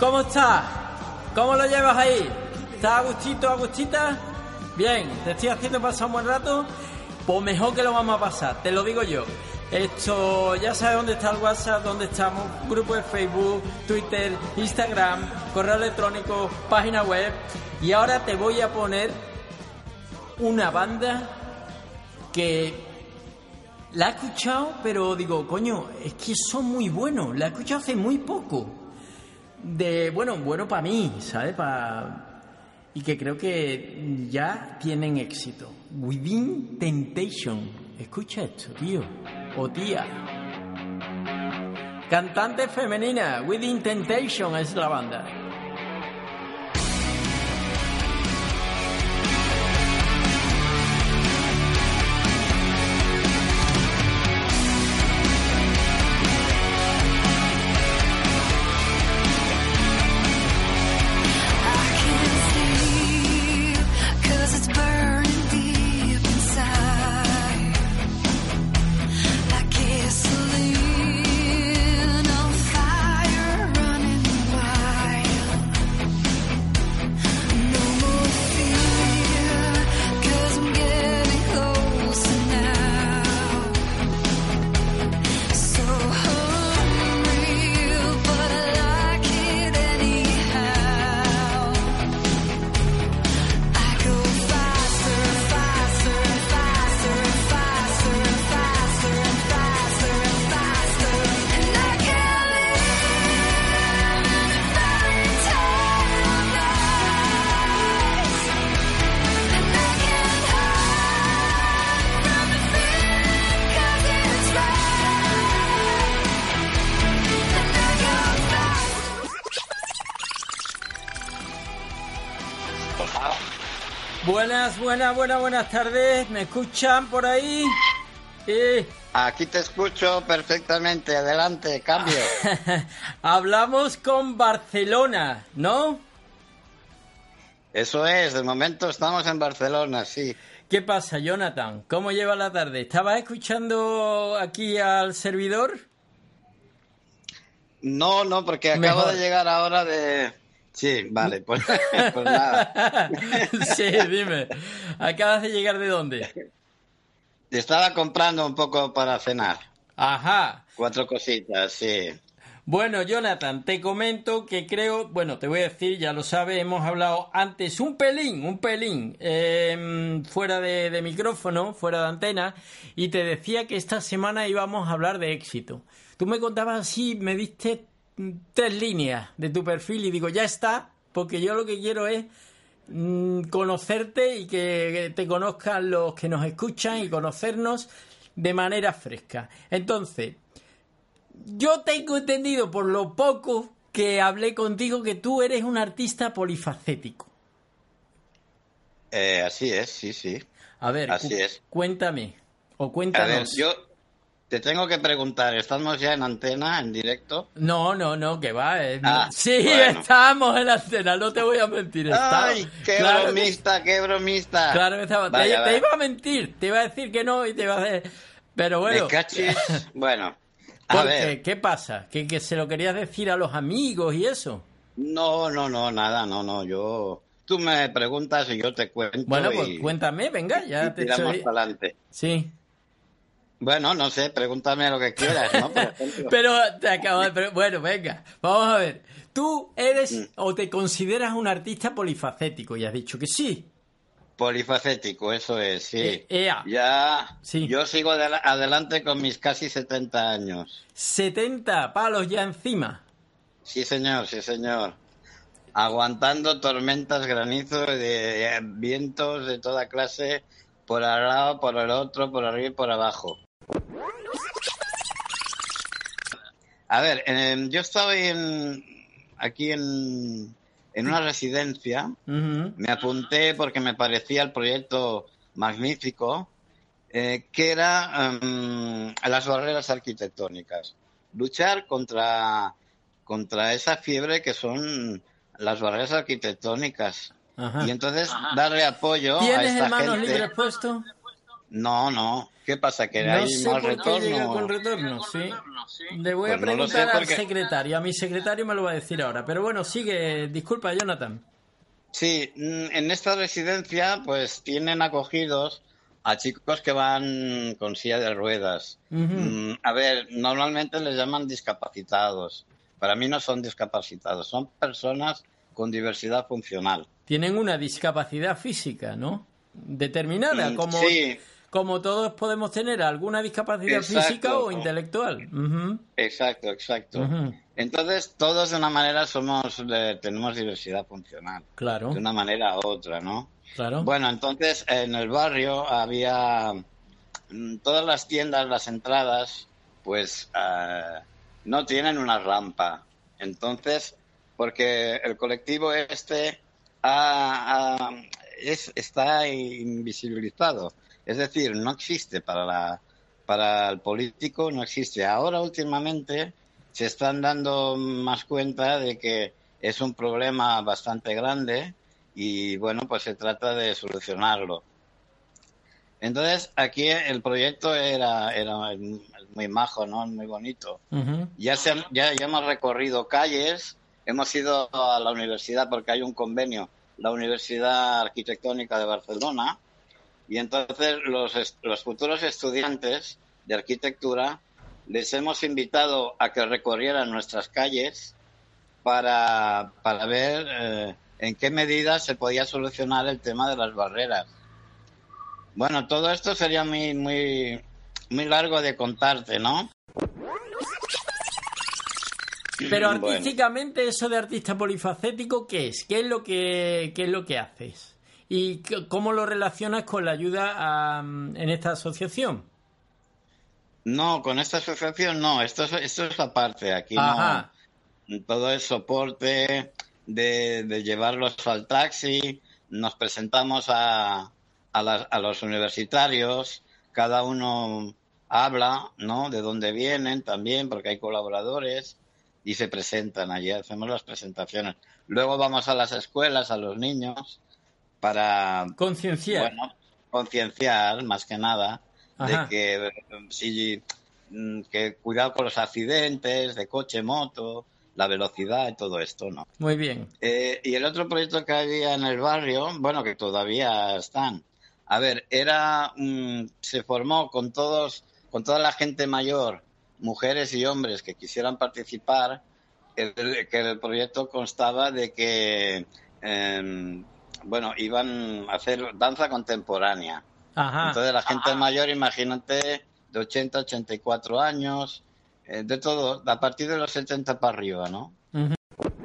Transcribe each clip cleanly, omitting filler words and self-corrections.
¿Cómo estás? ¿Cómo lo llevas ahí? ¿Estás a gustito, a gustita? Bien, ¿te estoy haciendo pasar un buen rato? Pues mejor que lo vamos a pasar, te lo digo yo. Esto, ya sabes dónde está el WhatsApp, dónde estamos, grupo de Facebook, Twitter, Instagram, correo electrónico, página web. Y ahora te voy a poner una banda que la he escuchado, pero digo, coño, es que son muy buenos. La he escuchado hace muy poco. Bueno para mí, ¿sabes? Y que creo que ya tienen éxito. Within Temptation. Escucha esto, tío. O tía. Cantante femenina. Within Temptation es la banda. Buenas tardes. ¿Me escuchan por ahí? Aquí te escucho perfectamente. Adelante, cambio. Hablamos con Barcelona, ¿no? Eso es, de momento estamos en Barcelona, sí. ¿Qué pasa, Jonathan? ¿Cómo lleva la tarde? ¿Estabas escuchando aquí al servidor? No, porque acabo de llegar ahora de... Sí, vale, pues nada. Sí, dime. ¿Acabas de llegar de dónde? Te estaba comprando un poco para cenar. Ajá. 4 cositas, sí. Bueno, Jonathan, te comento que creo... Bueno, te voy a decir, ya lo sabes, hemos hablado antes un pelín, fuera de micrófono, fuera de antena, y te decía que esta semana íbamos a hablar de éxito. Tú me contabas así, me diste 3 líneas de tu perfil y digo, ya está, porque yo lo que quiero es conocerte y que te conozcan los que nos escuchan y conocernos de manera fresca. Entonces, yo tengo entendido por lo poco que hablé contigo que tú eres un artista polifacético. Así es, sí. A ver, así es. Cuéntame, o cuéntanos. A ver, yo te tengo que preguntar, ¿estamos ya en antena, en directo? No, que va. Sí, bueno. Estamos en antena, no te voy a mentir. ¡Ay, qué bromista, qué bromista! Claro que estaba. Te iba a mentir, te iba a decir que no y te iba a decir... Pero bueno... ¿Me cachis? Bueno, a ver. ¿Qué pasa? ¿Que se lo querías decir a los amigos y eso? No, nada, yo... Tú me preguntas y yo te cuento. Bueno, pues cuéntame, venga, ya te tiramos para adelante. Sí. Bueno, no sé, pregúntame lo que quieras, ¿no? Por ejemplo. Pero te acabo de... Bueno, venga, vamos a ver. Tú eres o te consideras un artista polifacético y has dicho que sí. Polifacético, eso es, sí. Ya. Sí. Yo sigo adelante con mis casi 70 años. 70 palos ya encima. Sí, señor. Aguantando tormentas, granizos, de vientos de toda clase, por al lado, por el otro, por arriba y por abajo. A ver, yo estoy aquí en una residencia. Uh-huh. Me apunté porque me parecía el proyecto magnífico, que era las barreras arquitectónicas. Luchar contra esa fiebre que son las barreras arquitectónicas. Ajá. Y entonces darle apoyo a esta gente. ¿Tienes el manos libres puesto? No, no. ¿Qué pasa? ¿Que No hay sé mal por qué llega con retorno? retorno, sí. Le voy a Pues no lo sé preguntar al porque... secretario. A mi secretario me lo va a decir ahora. Pero bueno, sigue. Disculpa, Jonathan. Sí, en esta residencia pues tienen acogidos a chicos que van con silla de ruedas. Ujú. A ver, normalmente les llaman discapacitados. Para mí no son discapacitados, son personas con diversidad funcional. Tienen una discapacidad física, ¿no? Determinada, Sí, como todos podemos tener alguna discapacidad física exacto, o intelectual. Ujú, exacto, exacto. ujú. Entonces, todos de una manera tenemos diversidad funcional, de Claro, una manera u otra, ¿no? claro. Bueno, entonces en el barrio había todas las tiendas, las entradas, pues no tienen una rampa. Entonces, porque el colectivo este está invisibilizado. Es decir, no existe para el político, no existe. Ahora, últimamente, se están dando más cuenta de que es un problema bastante grande y, bueno, pues se trata de solucionarlo. Entonces, aquí el proyecto era muy majo, ¿no? Muy bonito. Ujú. Ya hemos recorrido calles, hemos ido a la universidad porque hay un convenio, la Universidad Arquitectónica de Barcelona, y entonces los futuros estudiantes de arquitectura les hemos invitado a que recorrieran nuestras calles para ver en qué medida se podía solucionar el tema de las barreras. Bueno, todo esto sería muy largo de contarte, ¿no? Pero Bueno, artísticamente, eso de artista polifacético, ¿qué es? Qué es lo que haces? ¿Y cómo lo relacionas con la ayuda en esta asociación? no, con esta asociación no, esto es aparte, aquí no, Ajá. todo es soporte de llevarlos al taxi, nos presentamos a los universitarios, cada uno habla, ¿no? De dónde vienen también, porque hay colaboradores y se presentan allí, hacemos las presentaciones. Luego vamos a las escuelas, a los niños, para, Concienciar. bueno, concienciar más que nada de Ajá. que si que cuidado con los accidentes de coche, moto, la velocidad y todo esto, ¿no? Muy bien. Y el otro proyecto que había en el barrio, bueno, que todavía están, a ver, se formó con toda la gente mayor, mujeres y hombres que quisieran participar, que el proyecto constaba de que, bueno, iban a hacer danza contemporánea. Ajá. Entonces la gente mayor, imagínate, de 80, 84 años, de todo, a partir de los 70 para arriba, ¿no? Ujú.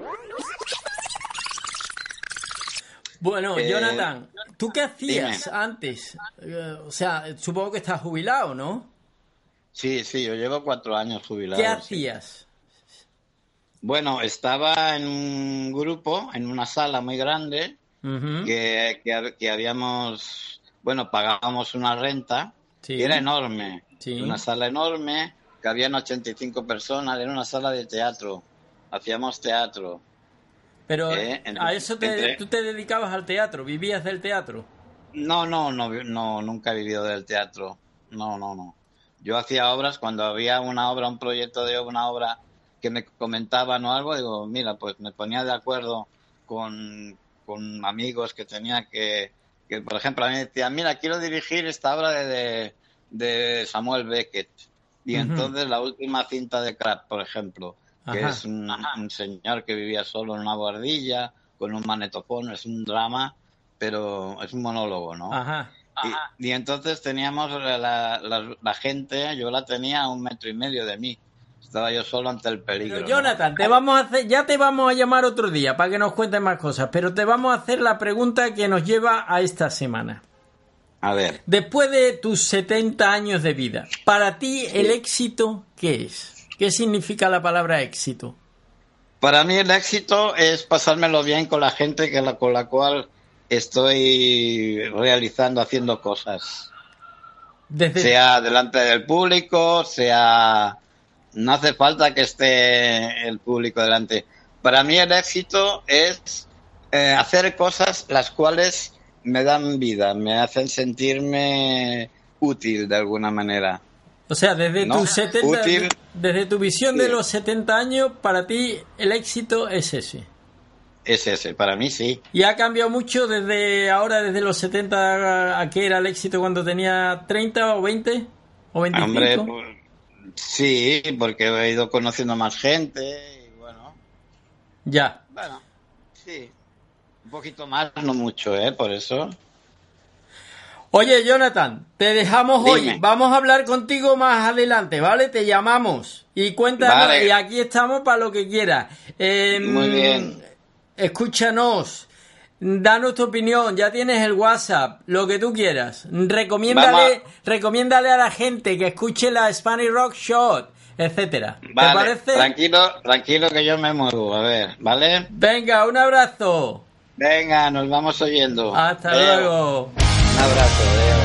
Bueno, Eh, Jonathan, ¿tú qué Dime. hacías antes? O sea, supongo que estás jubilado, ¿no? Sí, sí, yo llevo 4 años ¿Qué jubilado, sí. hacías? Bueno, estaba en un grupo, en una sala muy grande, Ujú. que habíamos, bueno, pagábamos una renta, y era Sí, enorme, una sí. sala enorme, que habían 85 personas, era una sala de teatro, hacíamos teatro, Pero a entre, eso entre, tú te dedicabas al teatro, vivías del teatro. no, no, no, no, nunca he vivido del teatro. No, no, no. Yo hacía obras cuando había una obra, un proyecto de una obra que me comentaban o algo, digo, mira, pues me ponía de acuerdo con amigos que tenía que, por ejemplo, a mí me decían, mira, quiero dirigir esta obra de Samuel Beckett. Y Ujú. entonces la última cinta de Kratt, por ejemplo, que es Ajá. un señor que vivía solo en una guardilla, con un manetofón, es un drama, pero es un monólogo, ¿no? Ajá. Y entonces teníamos la gente, yo la tenía a 1,5 metros de mí. Estaba yo solo ante el Pero peligro, ¿no? Jonathan, te vamos a hacer, ya te vamos a llamar otro día para que nos cuentes más cosas, pero te vamos a hacer la pregunta que nos lleva a esta semana. A ver, Después de tus 70 años de vida, para ti el sí. éxito, ¿qué es? ¿Qué significa la palabra éxito? Para mí el éxito es pasármelo bien con la gente con la cual estoy realizando, haciendo cosas. Desde Sea delante del público, sea... No hace falta que esté el público delante. Para mí el éxito es hacer cosas las cuales me dan vida, me hacen sentirme útil de alguna manera. O sea, desde ¿No? tus 70, Útil. desde tu visión Sí. de los 70 años, para ti el éxito es ese. Es ese, para mí sí. ¿Y ha cambiado mucho desde ahora, desde los 70 a qué era el éxito cuando tenía 30 o 20 o 25? Hombre, pues, sí, porque he ido conociendo más gente y bueno, Ya. sí. Un poquito más, no mucho, por eso. Oye, Jonathan, te dejamos hoy. Dime. Vamos a hablar contigo más adelante, ¿vale? Te llamamos y cuéntanos. Vale. Y aquí estamos para lo que quieras. Muy bien. Escúchanos. Danos tu opinión. Ya tienes el WhatsApp. Lo que tú quieras. Recomiéndale a la gente que escuche la Spanish Rock Show, etcétera. Vale, ¿Te parece? tranquilo que yo me muevo, a ver, ¿vale? Venga, un abrazo. Venga, nos vamos oyendo. Hasta Adeu. luego. Un abrazo, adeu.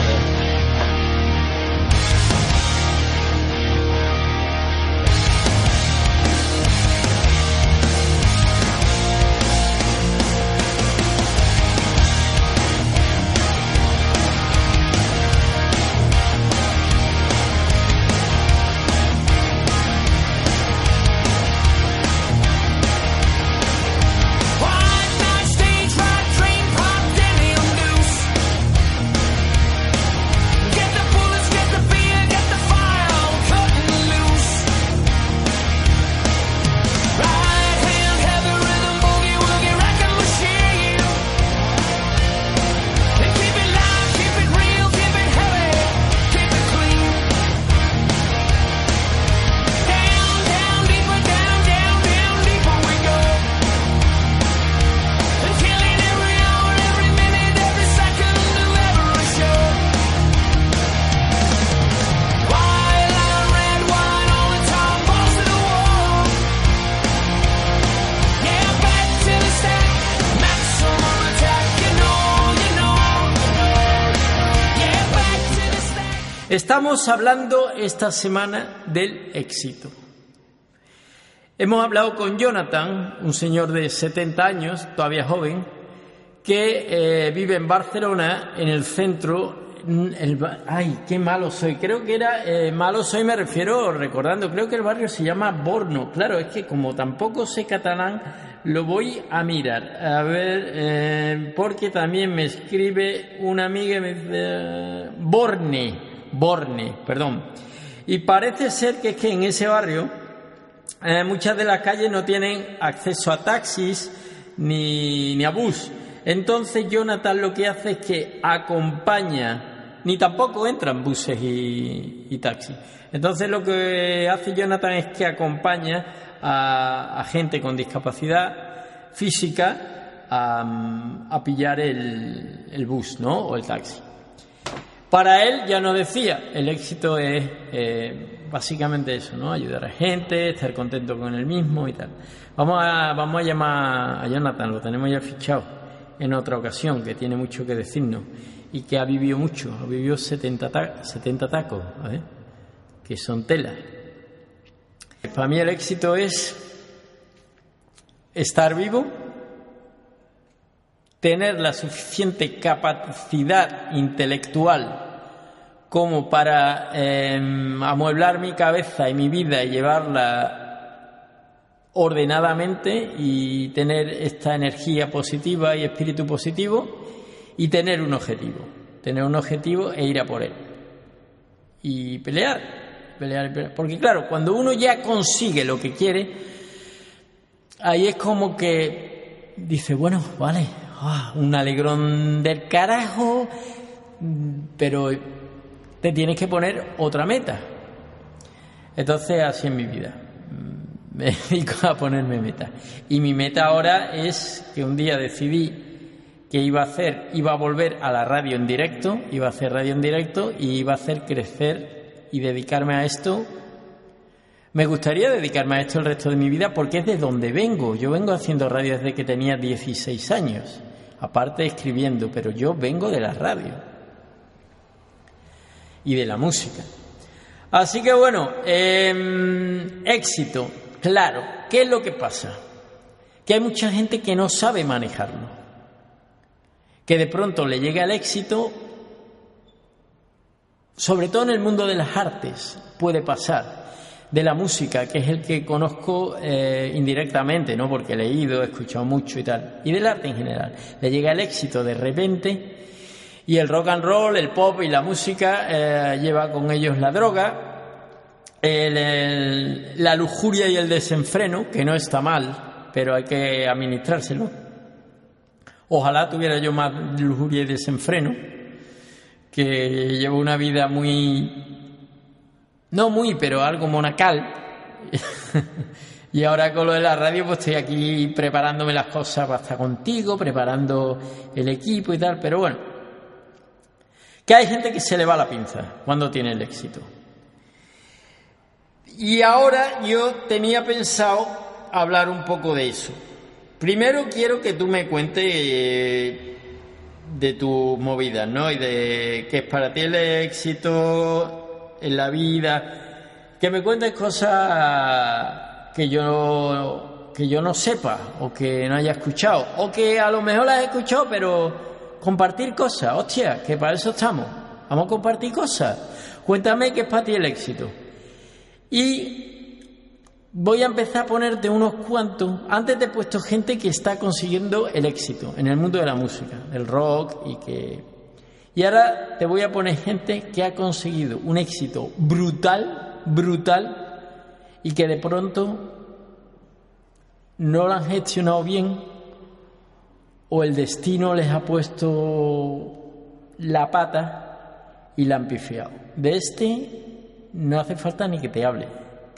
Estamos hablando esta semana del éxito. Hemos hablado con Jonathan, un señor de 70 años, todavía joven, que vive en Barcelona, en el centro. Ay, qué malo soy. Creo que era malo soy, me refiero recordando. Creo que el barrio se llama Borno. Claro, es que como tampoco sé catalán, lo voy a mirar. A ver, porque también me escribe una amiga y me dice Borne, perdón. Y parece ser que es que en ese barrio muchas de las calles no tienen acceso a taxis ni a bus. Entonces Jonathan lo que hace es que acompaña, ni tampoco entran buses y taxis. Entonces lo que hace Jonathan es que acompaña a gente con discapacidad física a pillar el bus, ¿no? O el taxi. Para él, ya nos decía, el éxito es básicamente eso, ¿no? Ayudar a gente, estar contento con él mismo y tal. Vamos a llamar a Jonathan, lo tenemos ya fichado en otra ocasión, que tiene mucho que decirnos y que ha vivido mucho, ha vivido 70 tacos, ¿eh? Que son tela. Para mí el éxito es estar vivo, tener la suficiente capacidad intelectual como para amueblar mi cabeza y mi vida y llevarla ordenadamente y tener esta energía positiva y espíritu positivo y tener un objetivo e ir a por él y pelear, porque claro, cuando uno ya consigue lo que quiere, ahí es como que dice, bueno, vale, un alegrón del carajo, pero te tienes que poner otra meta. Entonces así es mi vida, me dedico a ponerme meta. Y mi meta ahora es que un día decidí que iba a volver a la radio en directo, iba a hacer radio en directo y iba a hacer crecer y dedicarme a esto. Me gustaría dedicarme a esto el resto de mi vida porque es de donde vengo. Yo vengo haciendo radio desde que tenía 16 años, aparte escribiendo, pero yo vengo de la radio y de la música. Así que bueno, éxito, claro. ¿Qué es lo que pasa? Que hay mucha gente que no sabe manejarlo, que de pronto le llega el éxito sobre todo en el mundo de las artes, puede pasar. De la música, que es el que conozco indirectamente, ¿no? Porque he leído, he escuchado mucho y tal. Y del arte en general. Le llega el éxito de repente y el rock and roll, el pop y la música lleva con ellos la droga, la lujuria y el desenfreno, que no está mal, pero hay que administrárselo. Ojalá tuviera yo más lujuria y desenfreno, que llevo una vida pero algo monacal. Y ahora con lo de la radio pues estoy aquí preparándome las cosas para estar contigo, preparando el equipo y tal, pero bueno, que hay gente que se le va la pinza cuando tiene el éxito. Y ahora yo tenía pensado hablar un poco de eso. Primero quiero que tú me cuentes de tus movidas, ¿no? Y de qué es para ti el éxito en la vida, que me cuentes cosas que yo no sepa o que no haya escuchado, o que a lo mejor las he escuchado, pero compartir cosas, hostia, que para eso estamos, vamos a compartir cosas. Cuéntame qué es para ti el éxito. Y voy a empezar a ponerte unos cuantos. Antes te he puesto gente que está consiguiendo el éxito en el mundo de la música, del rock, y ahora te voy a poner gente que ha conseguido un éxito brutal, y que de pronto no lo han gestionado bien, o el destino les ha puesto la pata y la han pifiado. De este no hace falta ni que te hable.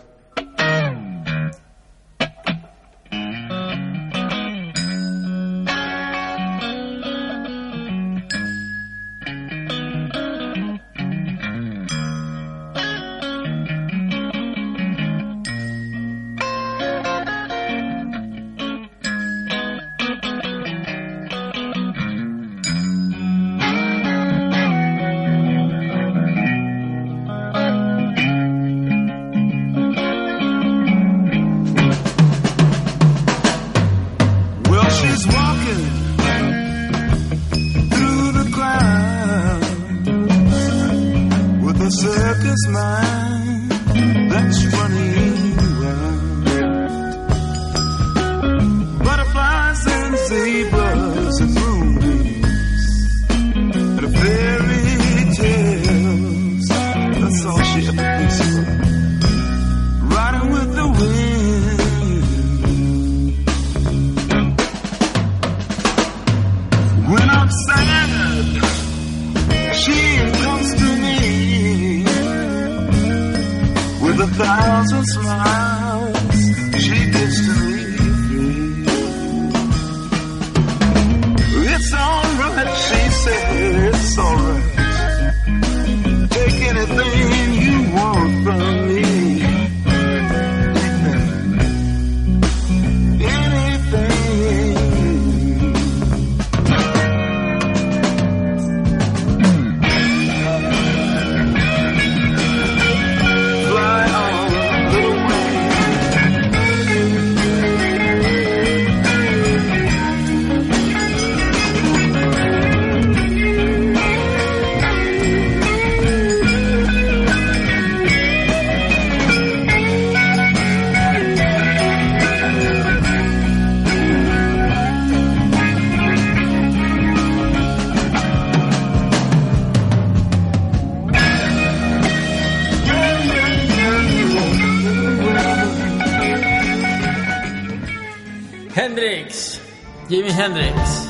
Jimi Hendrix.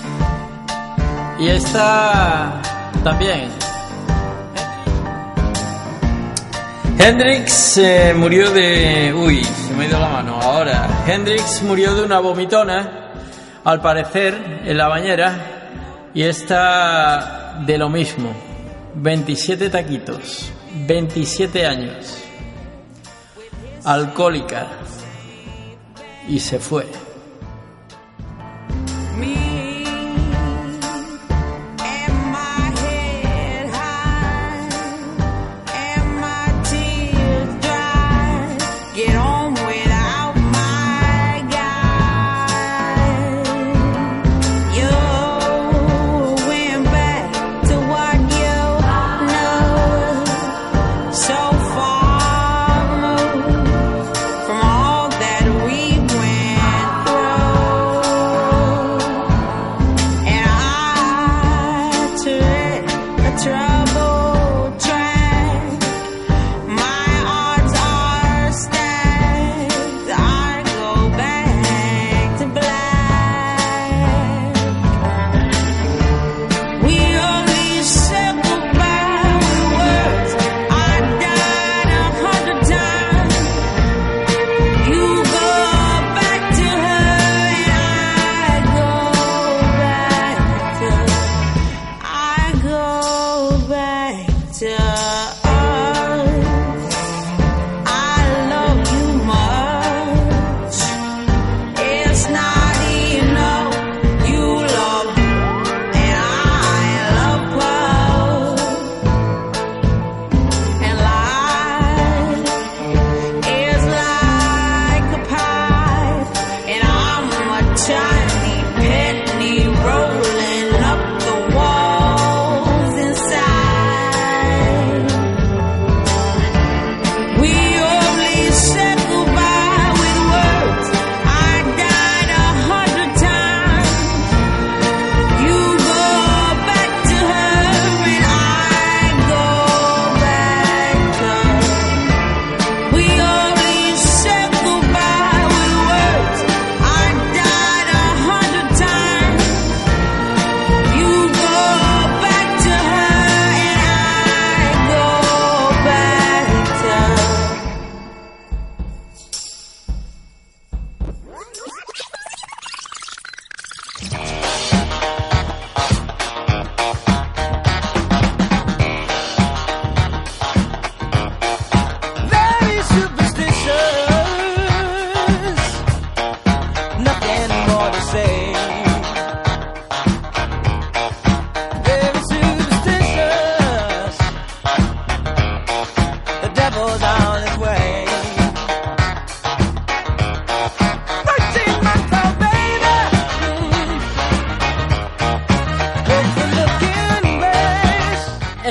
Y esta también. Hendrix murió de... Uy, se me ha ido la mano ahora. Hendrix murió de una vomitona, al parecer, en la bañera. Y esta de lo mismo. 27 taquitos. 27 años. Alcohólica. Y se fue. No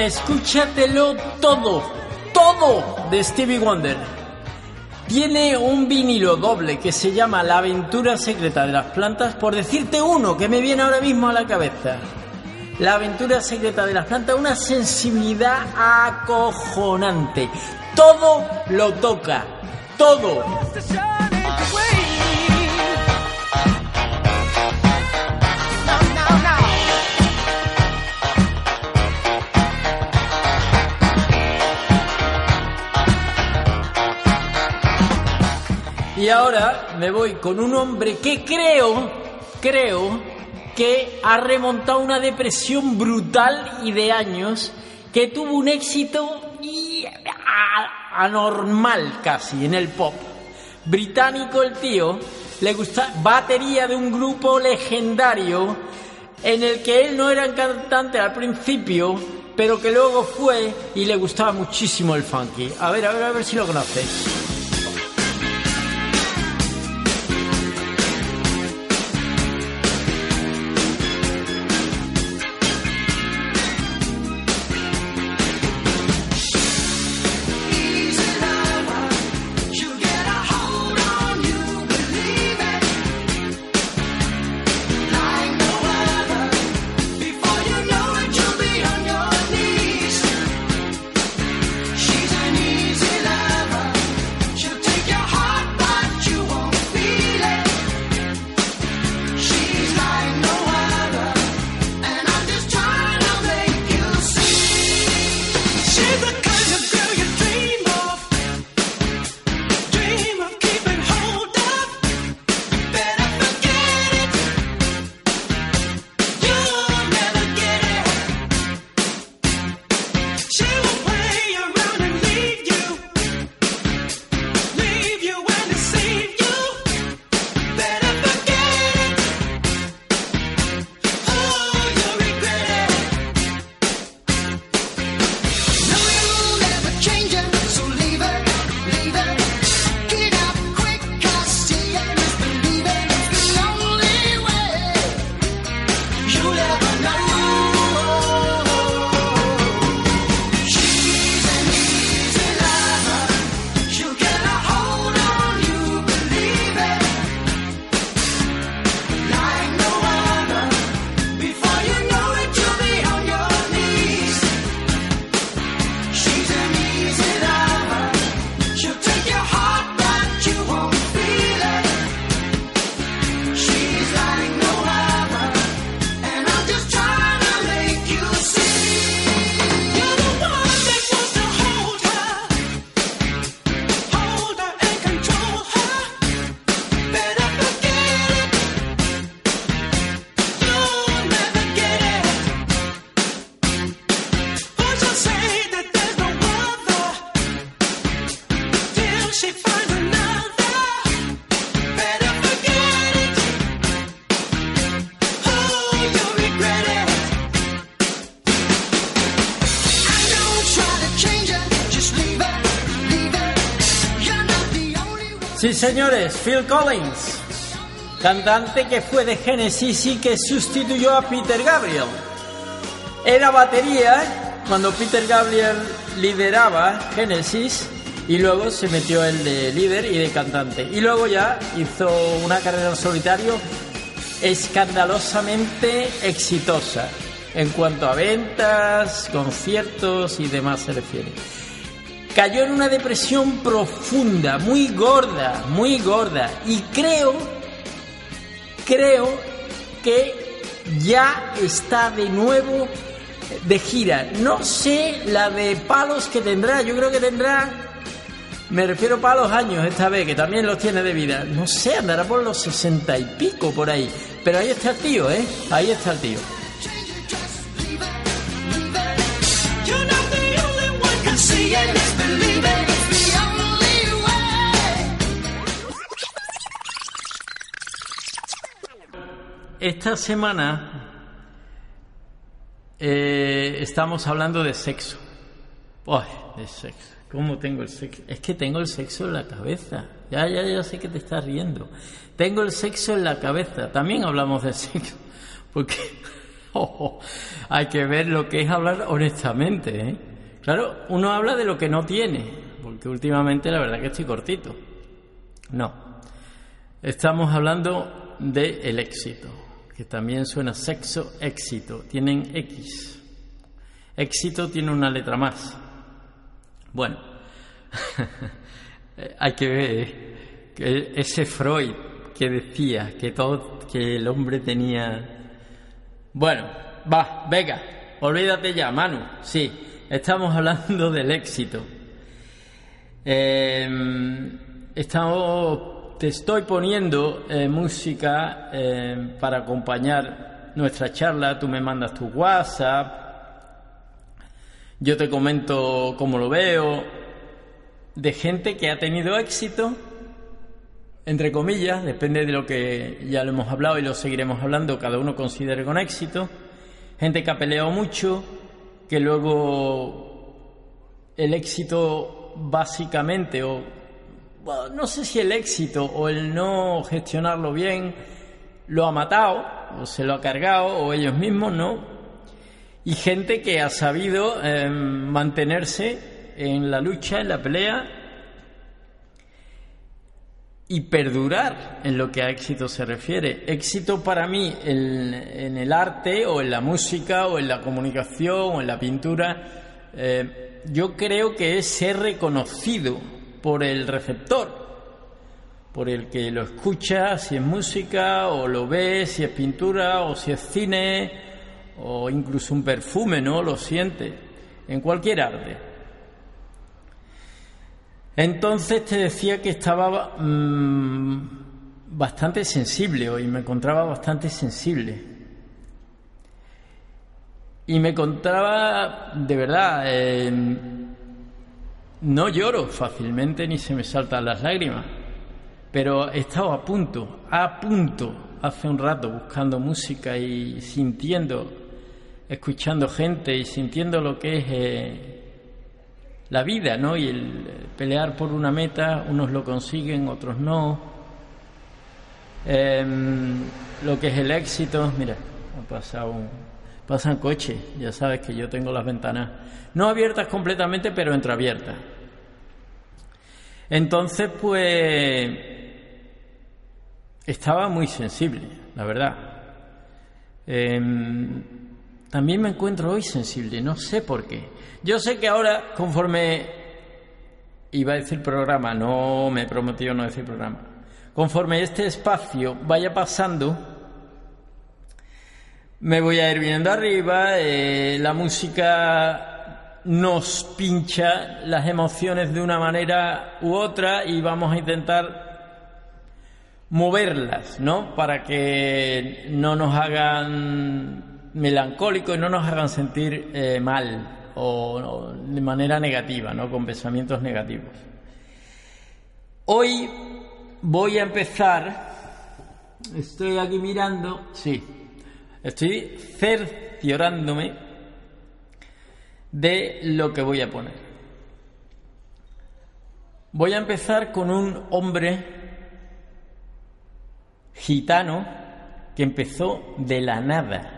escúchatelo todo de Stevie Wonder. Tiene un vinilo doble que se llama La aventura secreta de las plantas, por decirte uno que me viene ahora mismo a la cabeza. La aventura secreta de las plantas, una sensibilidad acojonante. Todo lo toca, todo. Y ahora me voy con un hombre que creo que ha remontado una depresión brutal y de años, que tuvo un éxito anormal casi en el pop. Británico el tío, le gusta, batería de un grupo legendario en el que él no era cantante al principio, pero que luego fue y le gustaba muchísimo el funky. A ver si lo conoces. Sí, señores, Phil Collins, cantante que fue de Genesis y que sustituyó a Peter Gabriel. Era batería cuando Peter Gabriel lideraba Genesis y luego se metió el de líder y de cantante. Y luego ya hizo una carrera en solitario escandalosamente exitosa en cuanto a ventas, conciertos y demás se refiere. Cayó en una depresión profunda, muy gorda, y creo que ya está de nuevo de gira. No sé la de palos que tendrá, yo creo que tendrá, me refiero a los años esta vez, que también los tiene de vida. No sé, andará por los 60 y pico por ahí. Pero ahí está el tío, ahí está el tío. Esta semana estamos hablando de sexo. ¡Ay, de sexo! ¿Cómo tengo el sexo? Es que tengo el sexo en la cabeza. Ya sé que te estás riendo. Tengo el sexo en la cabeza. También hablamos de sexo. Porque Hay que ver lo que es hablar honestamente, ¿eh? Claro, uno habla de lo que no tiene, porque últimamente la verdad que estoy cortito. No, estamos hablando del éxito, que también suena sexo, éxito, tienen X. Éxito tiene una letra más. Bueno, hay que ver que ese Freud que decía que el hombre tenía... Bueno, venga, olvídate ya, Manu. Sí, estamos hablando del éxito. Te estoy poniendo música para acompañar nuestra charla. Tú me mandas tu WhatsApp, yo te comento cómo lo veo, de gente que ha tenido éxito, entre comillas, depende de lo que ya lo hemos hablado y lo seguiremos hablando, cada uno considere con éxito, gente que ha peleado mucho, que luego el éxito básicamente, o bueno, no sé si el éxito o el no gestionarlo bien, lo ha matado, o se lo ha cargado, o ellos mismos, ¿no? Y gente que ha sabido mantenerse en la lucha, en la pelea, y perdurar en lo que a éxito se refiere. Éxito para mí en el arte o en la música o en la comunicación o en la pintura, yo creo que es ser reconocido por el receptor, por el que lo escucha, si es música o lo ve, si es pintura o si es cine o incluso un perfume, ¿no? Lo siente en cualquier arte. Entonces te decía que estaba bastante sensible hoy, me encontraba bastante sensible. Y me encontraba, de verdad, no lloro fácilmente ni se me saltan las lágrimas, pero he estado a punto, hace un rato, buscando música y escuchando gente y sintiendo lo que es la vida, ¿no? Y el pelear por una meta, unos lo consiguen, otros no. Lo que es el éxito, mira, pasan coches, ya sabes que yo tengo las ventanas no abiertas completamente, pero entreabiertas. Entonces, pues, estaba muy sensible, la verdad. También me encuentro hoy sensible, no sé por qué. Yo sé que ahora, conforme iba a decir programa, no me he prometido no decir programa, conforme este espacio vaya pasando, me voy a ir viniendo arriba, la música nos pincha las emociones de una manera u otra y vamos a intentar moverlas, ¿no? Para que no nos hagan melancólicos y no nos hagan sentir mal o de manera negativa, ¿no? Con pensamientos negativos. Hoy voy a empezar, estoy aquí mirando, sí, estoy cerciorándome de lo que voy a poner. Voy a empezar con un hombre gitano que empezó de la nada,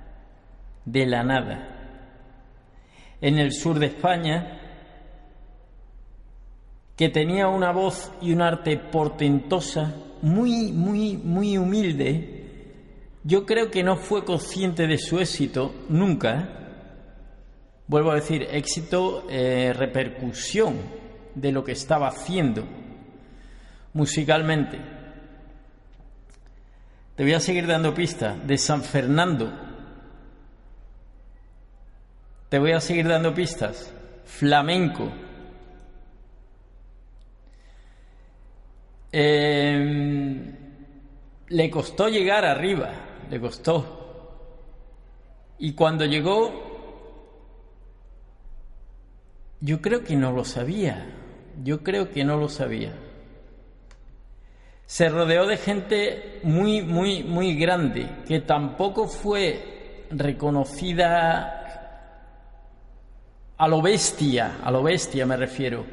en el sur de España, que tenía una voz y un arte portentosa, muy humilde. Yo creo que no fue consciente de su éxito nunca. Vuelvo a decir, éxito, repercusión de lo que estaba haciendo musicalmente. Te voy a seguir dando pistas. De San Fernando. Te voy a seguir dando pistas. Flamenco. Le costó llegar arriba, le costó. Y cuando llegó, yo creo que no lo sabía. Se rodeó de gente muy grande, que tampoco fue reconocida a lo bestia me refiero.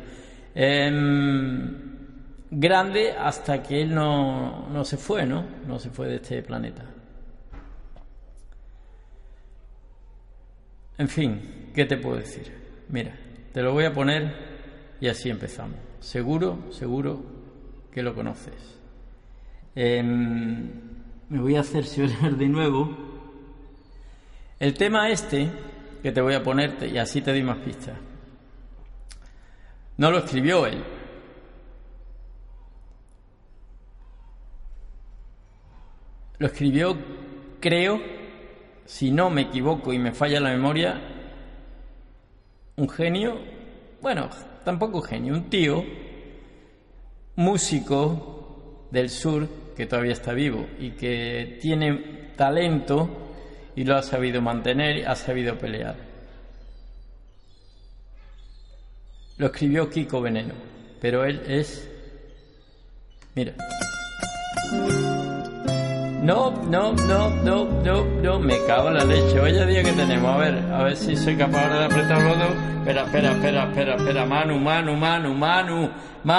Grande hasta que él no se fue, ¿no? No se fue de este planeta. En fin, ¿qué te puedo decir? Mira, te lo voy a poner y así empezamos. Seguro que lo conoces. Me voy a hacer llorar de nuevo. El tema este que te voy a ponerte, y así te doy más pistas, no lo escribió él. Lo escribió, creo, si no me equivoco y me falla la memoria, un genio, bueno, tampoco genio, un tío, músico del sur que todavía está vivo y que tiene talento y lo ha sabido mantener, ha sabido pelear. Lo escribió Kiko Veneno, pero él es... Mira. No, me cago en la leche. Vaya día que tenemos. A ver si soy capaz ahora de apretar los dos. Espera. Manu.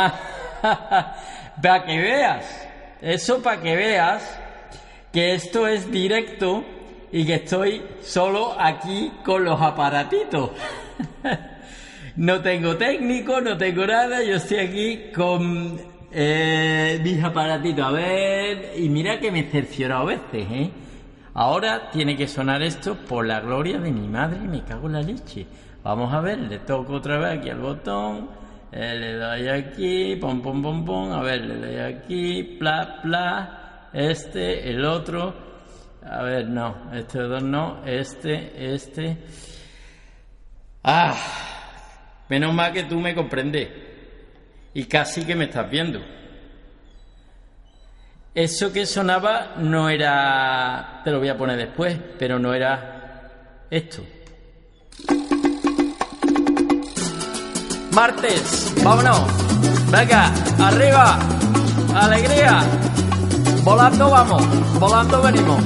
Para que veas. Eso para que veas que esto es directo y que estoy solo aquí con los aparatitos. No tengo técnico, no tengo nada. Yo estoy aquí con... mis aparatitos, a ver, y mira que me he cerciorado a veces, Ahora tiene que sonar esto por la gloria de mi madre, me cago en la leche. Vamos a ver, le toco otra vez aquí al botón, le doy aquí, pom, a ver, le doy aquí, pla, el otro, a ver, no, este dos no, este. Menos mal que tú me comprendes. Y casi que me estás viendo. Eso que sonaba no era... Te lo voy a poner después, pero no era esto. Martes, vámonos. Venga, arriba. Alegría. Volando vamos, volando venimos.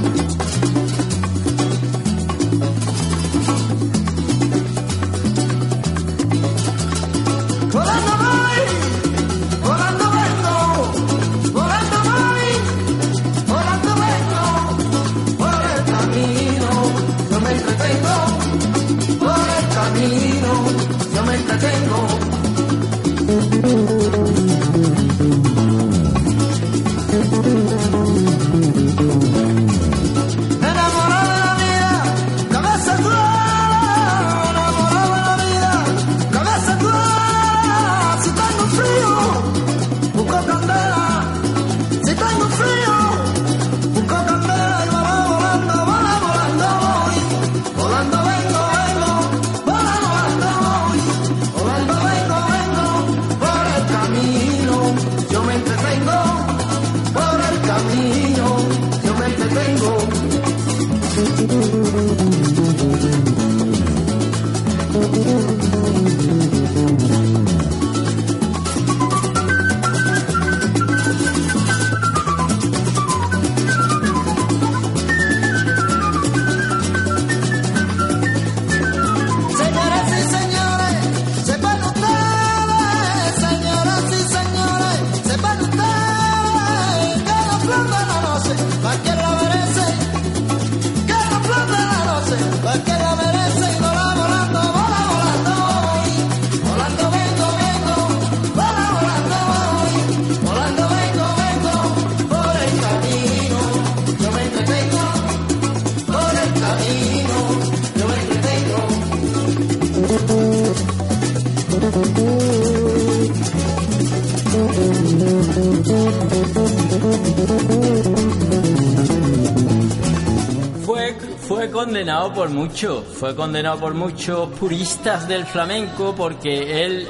Fue condenado por muchos puristas del flamenco porque él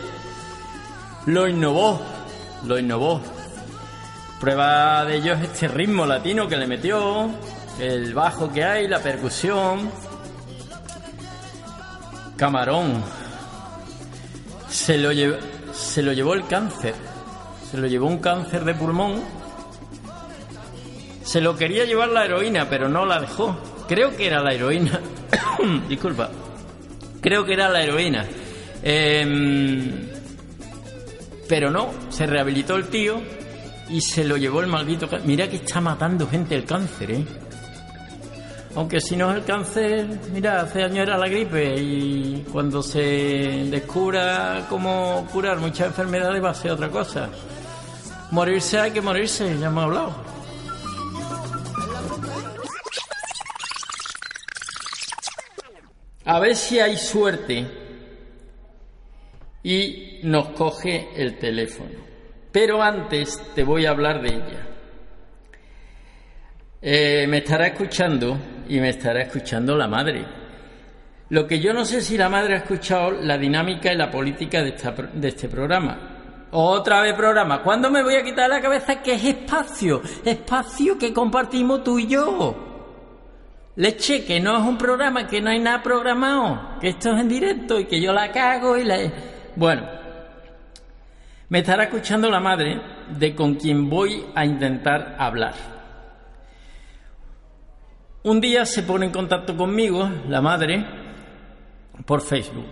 lo innovó. Prueba de ello es este ritmo latino que le metió, el bajo que hay, la percusión. Camarón se lo llevó el cáncer, se lo llevó un cáncer de pulmón. Se lo quería llevar la heroína, pero no la dejó. Creo que era la heroína. Disculpa. Creo que era la heroína. Pero no, se rehabilitó el tío y se lo llevó el maldito cáncer. Mira que está matando gente el cáncer, Aunque si no es el cáncer, mira, hace años era la gripe y cuando se descubra cómo curar muchas enfermedades va a ser otra cosa. Morirse hay que morirse, ya hemos hablado. A ver si hay suerte y nos coge el teléfono. Pero antes te voy a hablar de ella. Me estará escuchando y me estará escuchando la madre. Lo que yo no sé si la madre ha escuchado la dinámica y la política de este programa. Otra vez programa. ¿Cuándo me voy a quitar de la cabeza que es espacio? Espacio que compartimos tú y yo. Leche, que no es un programa, que no hay nada programado, que esto es en directo y que yo la cago y la... Bueno, me estará escuchando la madre de con quien voy a intentar hablar. Un día se pone en contacto conmigo, la madre, por Facebook.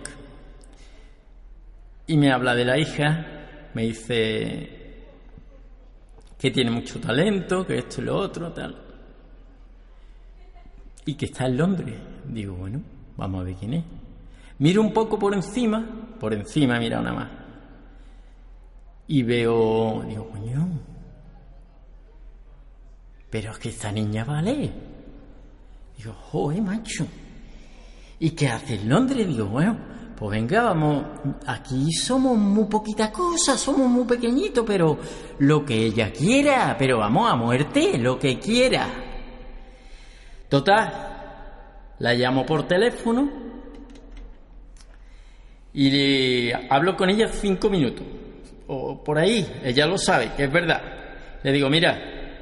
Y me habla de la hija, me dice que tiene mucho talento, que esto y lo otro, tal. Y que está en Londres. Digo, bueno, vamos a ver quién es. Miro un poco por encima mira una más. Y veo, digo, coño, pero es que esta niña vale. Digo, joder, macho. ¿Y qué hace en Londres? Digo, bueno, pues venga, vamos, aquí somos muy poquita cosa, somos muy pequeñitos, pero lo que ella quiera, pero vamos a muerte, lo que quiera. Total, la llamo por teléfono y le hablo con ella 5 minutos, o por ahí, ella lo sabe, que es verdad. Le digo, mira,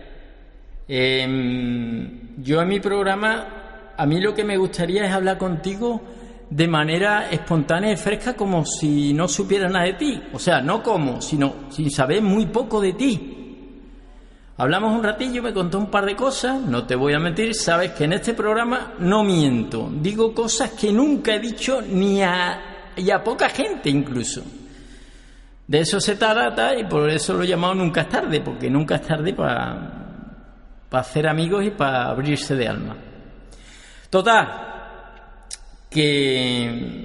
yo en mi programa, a mí lo que me gustaría es hablar contigo de manera espontánea y fresca, como si no supiera nada de ti. O sea, no como, sino sin saber muy poco de ti. Hablamos un ratillo, me contó un par de cosas, no te voy a mentir, sabes que en este programa no miento, digo cosas que nunca he dicho ni a poca gente incluso. De eso se trata y por eso lo he llamado Nunca es tarde, porque nunca es tarde para hacer amigos y para abrirse de alma. Total, que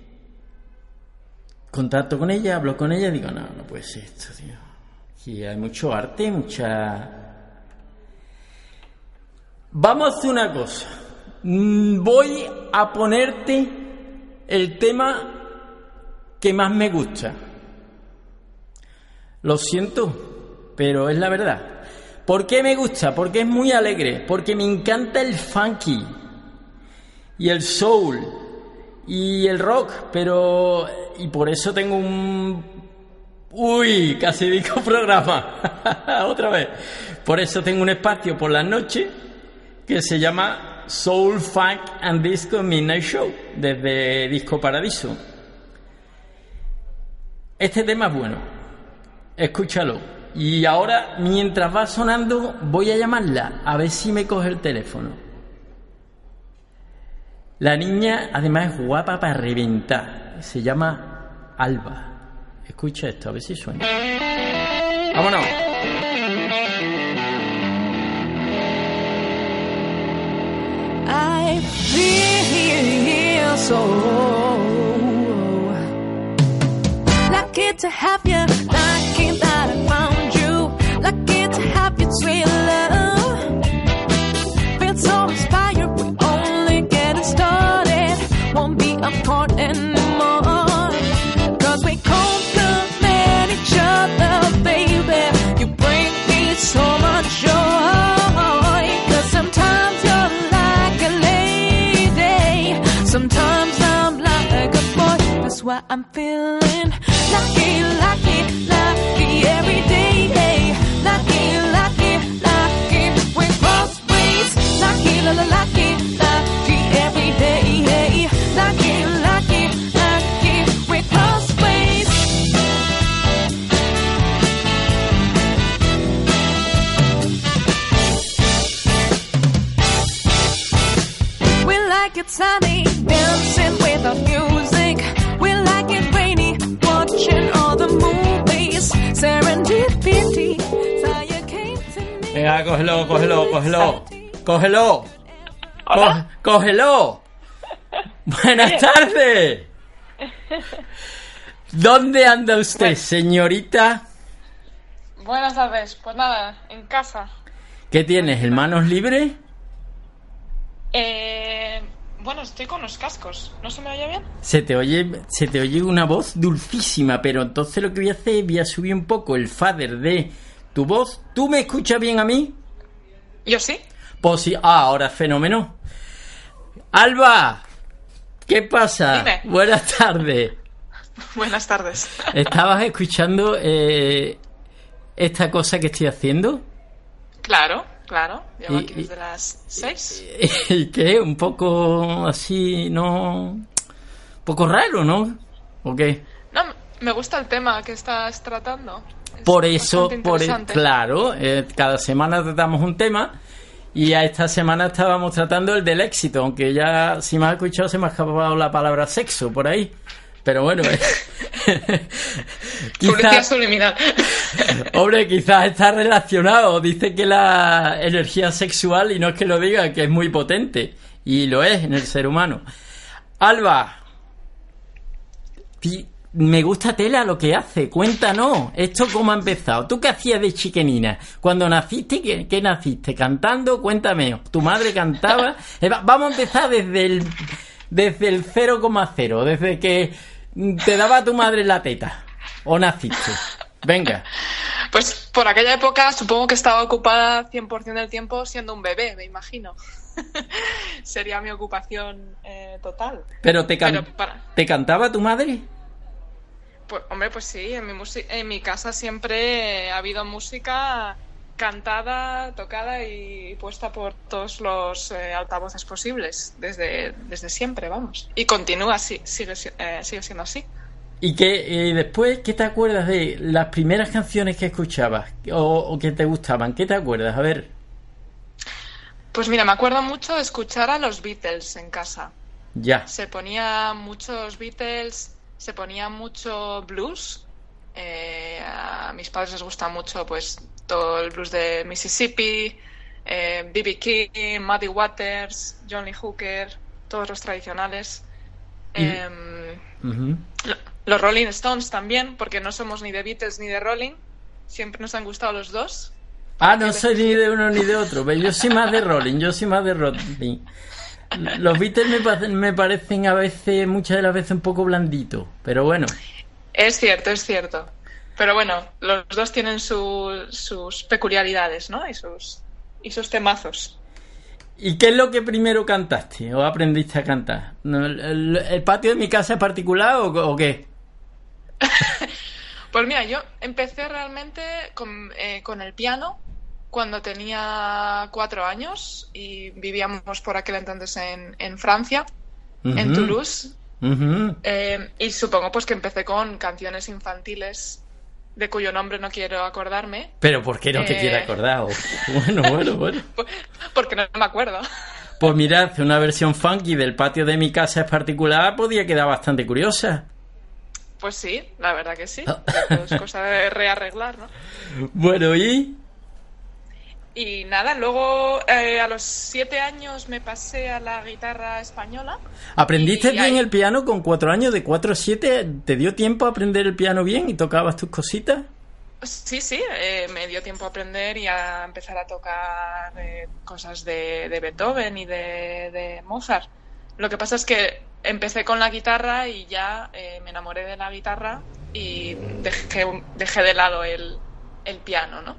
contacto con ella, hablo con ella y digo, no puede ser esto, tío. Aquí hay mucho arte, Vamos a hacer una cosa. Voy a ponerte el tema que más me gusta. Lo siento, pero es la verdad. ¿Por qué me gusta? Porque es muy alegre, porque me encanta el funky y el soul y el rock, y por eso tengo casi digo programa, otra vez. Por eso tengo un espacio por las noches que se llama Soul, Funk and Disco Midnight Show, desde Disco Paradiso. Este tema es bueno, escúchalo. Y ahora, mientras va sonando, voy a llamarla, a ver si me coge el teléfono. La niña, además, es guapa para reventar. Se llama Alba. Escucha esto, a ver si suena. ¡Vámonos! I feel so lucky to have you, lucky that I found you, lucky to have you, sweet love. Feel so inspired, we're only getting started, won't be apart anymore, 'cause we complement each other, baby. You bring me so much joy, 'cause sometimes you're like a lady, sometimes I'm like a boy. That's why I'm feeling lucky, lucky, lucky every day. Lucky, lucky, lucky. We cross ways. Lucky, lucky, lucky every day. Lucky, lucky, lucky. We cross ways. We like it sunny, dancing with the music. We like it rainy, watching all the movies. Serendipity, so you came to me. Venga, cógelo. Hola. ¡Cógelo! Buenas tardes. ¿Dónde anda usted, señorita? Buenas tardes. Pues nada, en casa. ¿Qué tienes, manos libres? Bueno, estoy con los cascos. ¿No se me oye bien? Se te oye una voz dulcísima, pero entonces lo que voy a hacer es voy a subir un poco el fader de tu voz. ¿Tú me escuchas bien a mí? Yo sí. Pues sí. Ahora fenómeno. Alba, ¿qué pasa? Dime. Buenas tardes. Buenas tardes. ¿Estabas escuchando esta cosa que estoy haciendo? Claro. Llevo aquí desde las 6. ¿Y qué? Un poco así, ¿no? Un poco raro, ¿no? ¿O qué? No, me gusta el tema que estás tratando. Por eso, interesante. claro, cada semana tratamos un tema y a esta semana estábamos tratando el del éxito, aunque ya, si me has escuchado, se me ha escapado la palabra sexo por ahí. Pero bueno, Publicidad subliminal. Hombre, quizás está relacionado. Dice que la energía sexual, y no es que lo diga, que es muy potente. Y lo es en el ser humano. Alba, me gusta tela lo que hace. Cuéntanos, ¿esto cómo ha empezado? ¿Tú qué hacías de chiquenina? Cuando naciste, ¿qué naciste? ¿Cantando? Cuéntame. ¿Tu madre cantaba? Vamos a empezar desde el 0,0, desde que te daba tu madre la teta. ¿O naciste? Venga. Pues por aquella época supongo que estaba ocupada 100% del tiempo siendo un bebé, me imagino. Sería mi ocupación total. ¿Pero te cantaba tu madre? Pues, hombre, pues sí, en mi casa siempre ha habido música cantada, tocada y puesta por todos los altavoces posibles, desde siempre, vamos. Y continúa, sigue siendo así. ¿Y después qué te acuerdas de las primeras canciones que escuchabas o que te gustaban? ¿Qué te acuerdas? A ver. Pues mira, me acuerdo mucho de escuchar a los Beatles en casa. Ya. Se ponía muchos Beatles, se ponía mucho blues. A mis padres les gusta mucho pues todo el blues de Mississippi, B.B. King, Muddy Waters, John Lee Hooker, todos los tradicionales. Los Rolling Stones también, porque no somos ni de Beatles ni de Rolling. Siempre nos han gustado los dos. No soy ni de uno ni de otro. Pero yo soy más de Rolling, Los Beatles me parecen a veces, muchas de las veces, un poco blanditos. Pero bueno. Es cierto. Pero bueno, los dos tienen sus peculiaridades, ¿no? Y sus temazos. ¿Y qué es lo que primero cantaste o aprendiste a cantar? ¿El patio de mi casa es particular o qué? Pues mira, yo empecé realmente con el piano cuando tenía 4 años y vivíamos por aquel entonces en Francia, en Toulouse. Y supongo pues que empecé con canciones infantiles de cuyo nombre no quiero acordarme. ¿Pero por qué no te quieres acordar? Bueno. Porque no me acuerdo. Pues mira, hace una versión funky del patio de mi casa es particular, podía quedar bastante curiosa. Pues sí, la verdad que sí. Es cosa de rearreglar, ¿no? Bueno, ¿y? Y nada, luego a los 7 años me pasé a la guitarra española. ¿Aprendiste bien el piano con 4 años? ¿De 4 a 7 te dio tiempo a aprender el piano bien y tocabas tus cositas? Sí, me dio tiempo a aprender y a empezar a tocar cosas de Beethoven y de Mozart. Lo que pasa es que empecé con la guitarra y ya me enamoré de la guitarra y dejé de lado el piano, ¿no?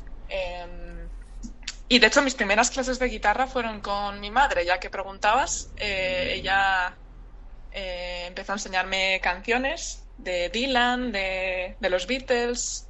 Y de hecho mis primeras clases de guitarra fueron con mi madre, ya que preguntabas. Ella empezó a enseñarme canciones de Dylan, de los Beatles,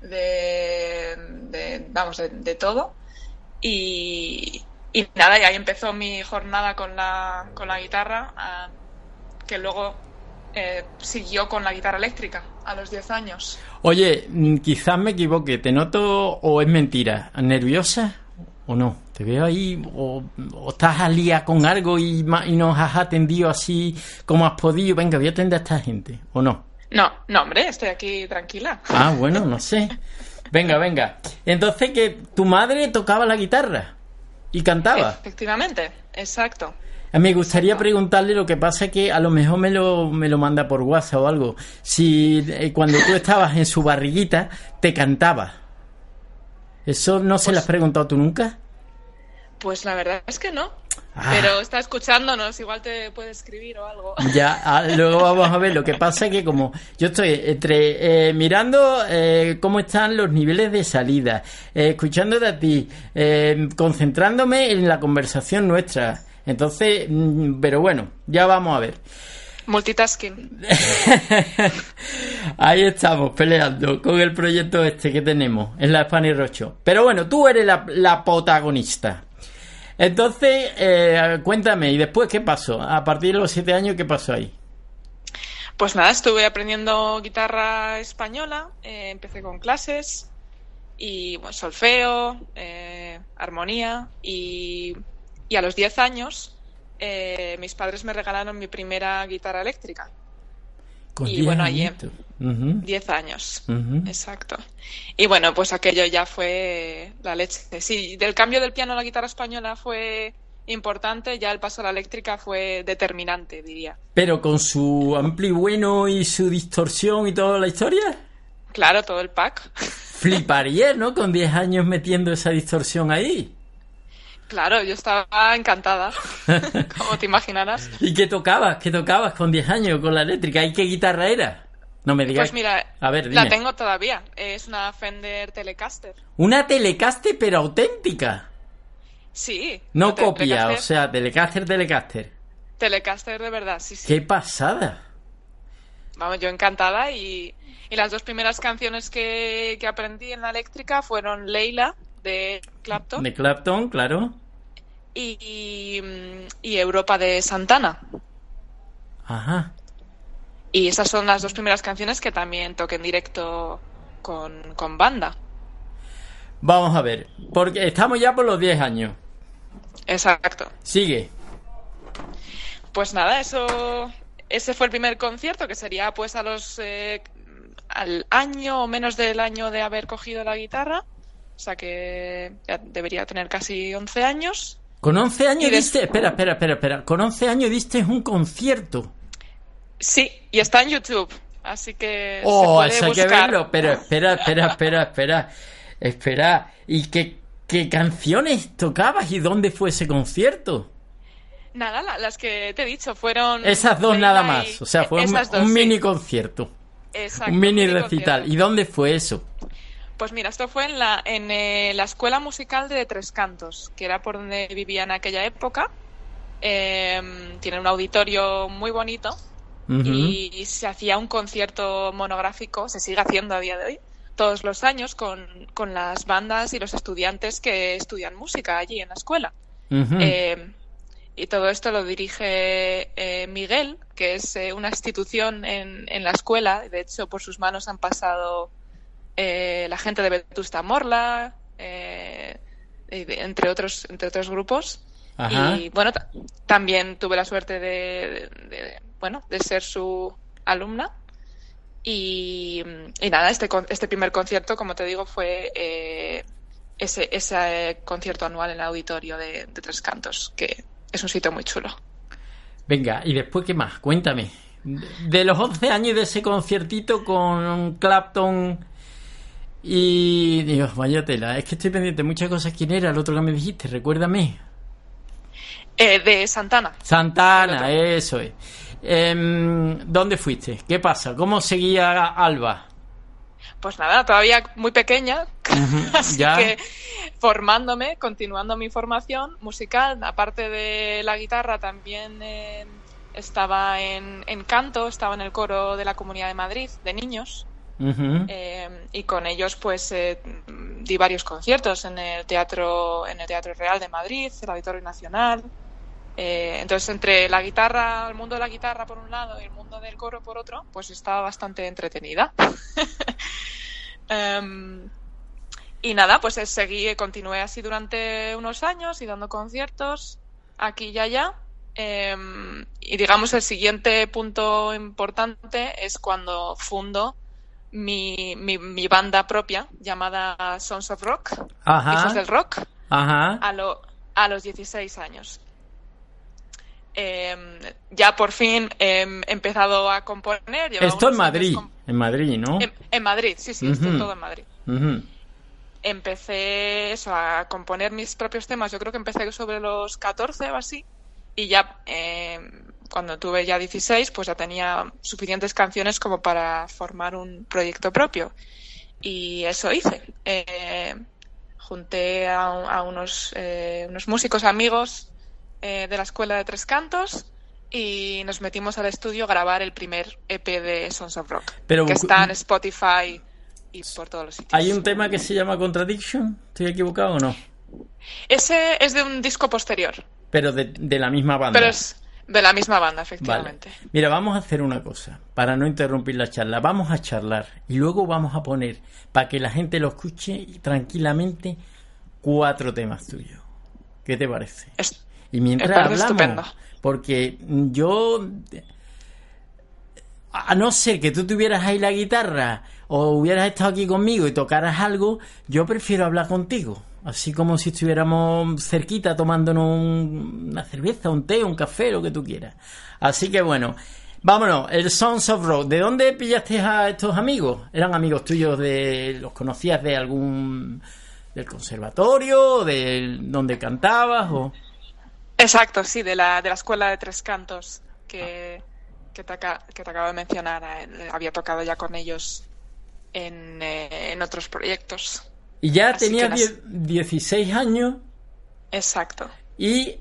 de todo. Y nada, y ahí empezó mi jornada con la guitarra, que luego siguió con la guitarra eléctrica a los 10 años. Oye, quizás me equivoque, ¿te noto o es mentira? ¿Nerviosa o no? Te veo ahí o estás al día con algo y nos has atendido así como has podido. Venga, voy a atender a esta gente, ¿o no? No, hombre, estoy aquí tranquila. Bueno, no sé. Venga. Entonces, ¿que tu madre tocaba la guitarra? ¿Y cantaba? Efectivamente, exacto. Me gustaría preguntarle, lo que pasa es que a lo mejor me lo manda por WhatsApp o algo. Si cuando tú estabas en su barriguita, te cantaba. ¿Eso no se lo has preguntado tú nunca? Pues la verdad es que no. Pero está escuchándonos, igual te puede escribir o algo. Ya, luego vamos a ver. Lo que pasa es que como yo estoy mirando cómo están los niveles de salida, escuchándote a ti, concentrándome en la conversación nuestra. Entonces, pero bueno, ya vamos a ver. Multitasking. Ahí estamos peleando con el proyecto este que tenemos en la Spanish Rock Show. Pero bueno, tú eres la protagonista. Entonces, cuéntame, ¿y después qué pasó? A partir de los 7 años, ¿qué pasó ahí? Pues nada, estuve aprendiendo guitarra española, empecé con clases y bueno, solfeo, armonía y a los 10 años mis padres me regalaron mi primera guitarra eléctrica. Con y 10 bueno, allí añitos. 10 años, exacto. Y bueno, pues aquello ya fue la leche. Sí, del cambio del piano a la guitarra española fue importante, ya el paso a la eléctrica fue determinante, diría. Pero con su ampli bueno y su distorsión y toda la historia. Claro, todo el pack. Fliparía, ¿no? Con 10 años metiendo esa distorsión ahí. Claro, yo estaba encantada, como te imaginarás. ¿Y qué tocabas? ¿Qué tocabas con 10 años con la eléctrica? ¿Y qué guitarra era? No me digas. Pues mira, a ver, dime. la tengo todavía. Es una Fender Telecaster. ¿Una Telecaster pero auténtica? Sí. No copia, Telecaster, o sea, Telecaster. Telecaster de verdad, sí. ¡Qué pasada! Vamos, yo encantada y las dos primeras canciones que aprendí en la eléctrica fueron Leila, de Clapton. De Clapton, claro. Y Europa, de Santana. Ajá. Y esas son las dos primeras canciones que también toqué en directo con banda. Vamos a ver, porque estamos ya por los 10 años. Exacto. Sigue. Pues nada, ese fue el primer concierto, que sería pues al año o menos del año de haber cogido la guitarra. O sea que ya debería tener casi 11 años. Con 11 años diste... Espera. Con 11 años diste un concierto. Sí, y está en YouTube. Así que oh, se puede eso hay buscar. que verlo. Pero espera. ¿Y qué canciones tocabas y dónde fue ese concierto? Nada, las que te he dicho fueron... Esas dos nada más. O sea, fue un mini concierto. Exacto. Un mini recital. ¿Y dónde fue eso? Pues mira, esto fue en la Escuela Musical de Tres Cantos, que era por donde vivía en aquella época. Tiene un auditorio muy bonito y se hacía un concierto monográfico, se sigue haciendo a día de hoy, todos los años con las bandas y los estudiantes que estudian música allí en la escuela. Y todo esto lo dirige Miguel, que es una institución en la escuela. De hecho, por sus manos han pasado la gente de Vetusta Morla, entre otros grupos. Ajá. Y bueno, también tuve la suerte de ser su alumna. Y nada, este primer concierto, como te digo, fue ese concierto anual en el auditorio de Tres Cantos, que es un sitio muy chulo. Venga, ¿y después qué más? Cuéntame. De los 11 años de ese conciertito con Clapton y... Dios, vaya tela. Es que estoy pendiente de muchas cosas. ¿Quién era el otro que me dijiste? Recuérdame. De Santana. Santana, eso es. ¿Dónde fuiste? ¿Qué pasa? ¿Cómo seguía Alba? Pues nada, todavía muy pequeña, así ¿Ya? que formándome, continuando mi formación musical. Aparte de la guitarra, también estaba en canto, estaba en el coro de la Comunidad de Madrid de niños. Y con ellos pues di varios conciertos en el Teatro Real de Madrid, el Auditorio Nacional. Entonces, entre la guitarra, el mundo de la guitarra por un lado y el mundo del coro por otro, pues estaba bastante entretenida. Y nada, pues continué así durante unos años y dando conciertos aquí y allá. Y digamos, el siguiente punto importante es cuando fundo mi banda propia llamada Sons of Rock, Ajá. Hijos del Rock. Ajá. A a los 16 años. Ya por fin he empezado a componer. Esto en Madrid, en Madrid, ¿no? En Madrid, sí, esto todo en Madrid. Uh-huh. Empecé a componer mis propios temas. Yo creo que empecé sobre los 14 o así. Y ya cuando tuve ya 16, pues ya tenía suficientes canciones como para formar un proyecto propio. Y eso hice. Junté a unos músicos amigos de la Escuela de Tres Cantos y nos metimos al estudio a grabar el primer EP de Sons of Rock, que está en Spotify y por todos los sitios. ¿Hay un tema que se llama Contradiction? ¿Estoy equivocado o no? Ese es de un disco posterior. Pero de la misma banda. Pero es de la misma banda, efectivamente. Vale. Mira, vamos a hacer una cosa, para no interrumpir la charla. Vamos a charlar y luego vamos a poner, para que la gente lo escuche tranquilamente, 4 temas tuyos. ¿Qué te parece? Y mientras hablamos, estupendo. Porque yo, a no ser que tú tuvieras ahí la guitarra o hubieras estado aquí conmigo y tocaras algo, yo prefiero hablar contigo. Así como si estuviéramos cerquita tomándonos una cerveza, un té, un café, lo que tú quieras. Así que bueno, vámonos, el Sons of Rock. ¿De dónde pillaste a estos amigos? ¿Eran amigos tuyos los conocías de del conservatorio, de donde cantabas o...? Exacto, sí, de la Escuela de Tres Cantos que te acabo de mencionar. Había tocado ya con ellos en otros proyectos. Y ya tenías 16 años. Exacto. ¿Y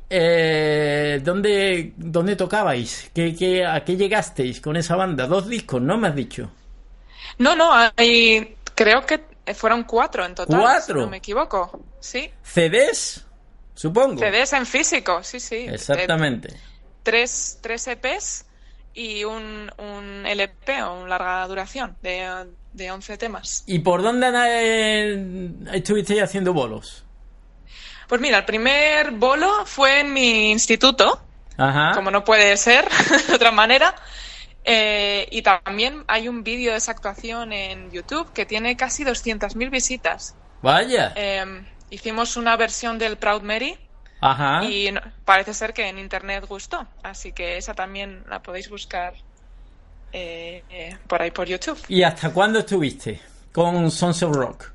dónde tocabais? ¿A qué llegasteis con esa banda? 2 discos, ¿no me has dicho? No, creo que fueron 4 en total. ¿4? Si no me equivoco, sí. ¿CDs? Supongo. CDs en físico, sí. Exactamente. 3 EPs y un LP o un larga duración de 11 temas. ¿Y por dónde estuvisteis haciendo bolos? Pues mira, el primer bolo fue en mi instituto, Ajá. Como no puede ser de otra manera. Y también hay un vídeo de esa actuación en YouTube que tiene casi 200.000 visitas. Vaya. Hicimos una versión del Proud Mary. Ajá. Y parece ser que en internet gustó, así que esa también la podéis buscar por ahí por YouTube. ¿Y hasta cuándo estuviste con Sons of Rock?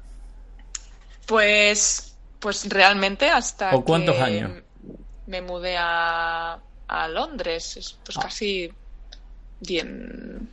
Pues realmente hasta ¿O cuántos que años? Me mudé a Londres, pues casi 10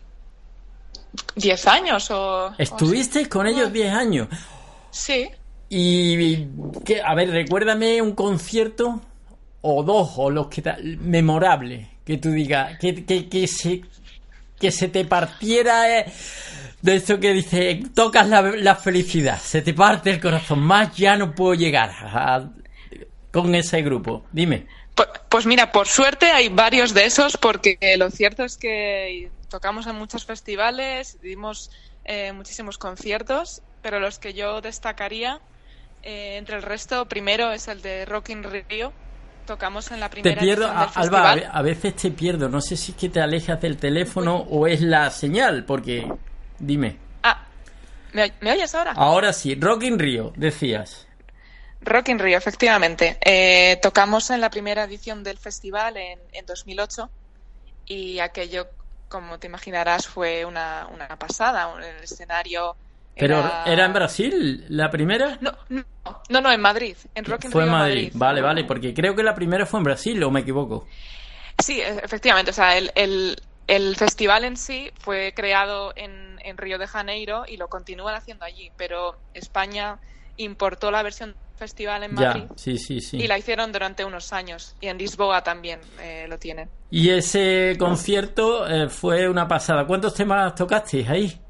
años o... ¿Estuvisteis con ellos 10 años? Sí. Y a ver, recuérdame un concierto o 2 o los que memorable que tú digas que se te partiera de esto que dice tocas la felicidad, se te parte el corazón, más ya no puedo llegar con ese grupo. Dime. Pues mira, por suerte hay varios de esos, porque lo cierto es que tocamos en muchos festivales, dimos muchísimos conciertos, pero los que yo destacaría entre el resto, primero es el de Rock in Rio. Tocamos en la primera te pierdo, edición del Alba, festival. a veces te pierdo, no sé si es que te alejas del teléfono o es la señal, porque dime. ¿Me oyes ahora? Ahora sí, Rock in Rio, decías. Rock in Rio, efectivamente. Tocamos en la primera edición del festival en 2008 y aquello, como te imaginarás, fue una pasada. El escenario... ¿Pero era en Brasil la primera? No, en Madrid, en Rock in Rio. Fue en Madrid. Vale, porque creo que la primera fue en Brasil, ¿o me equivoco? Sí, efectivamente, o sea, el festival en sí fue creado en Río de Janeiro y lo continúan haciendo allí, pero España importó la versión festival en Madrid. Sí. Y la hicieron durante unos años, y en Lisboa también lo tienen. Y ese concierto fue una pasada. ¿Cuántos temas tocasteis ahí?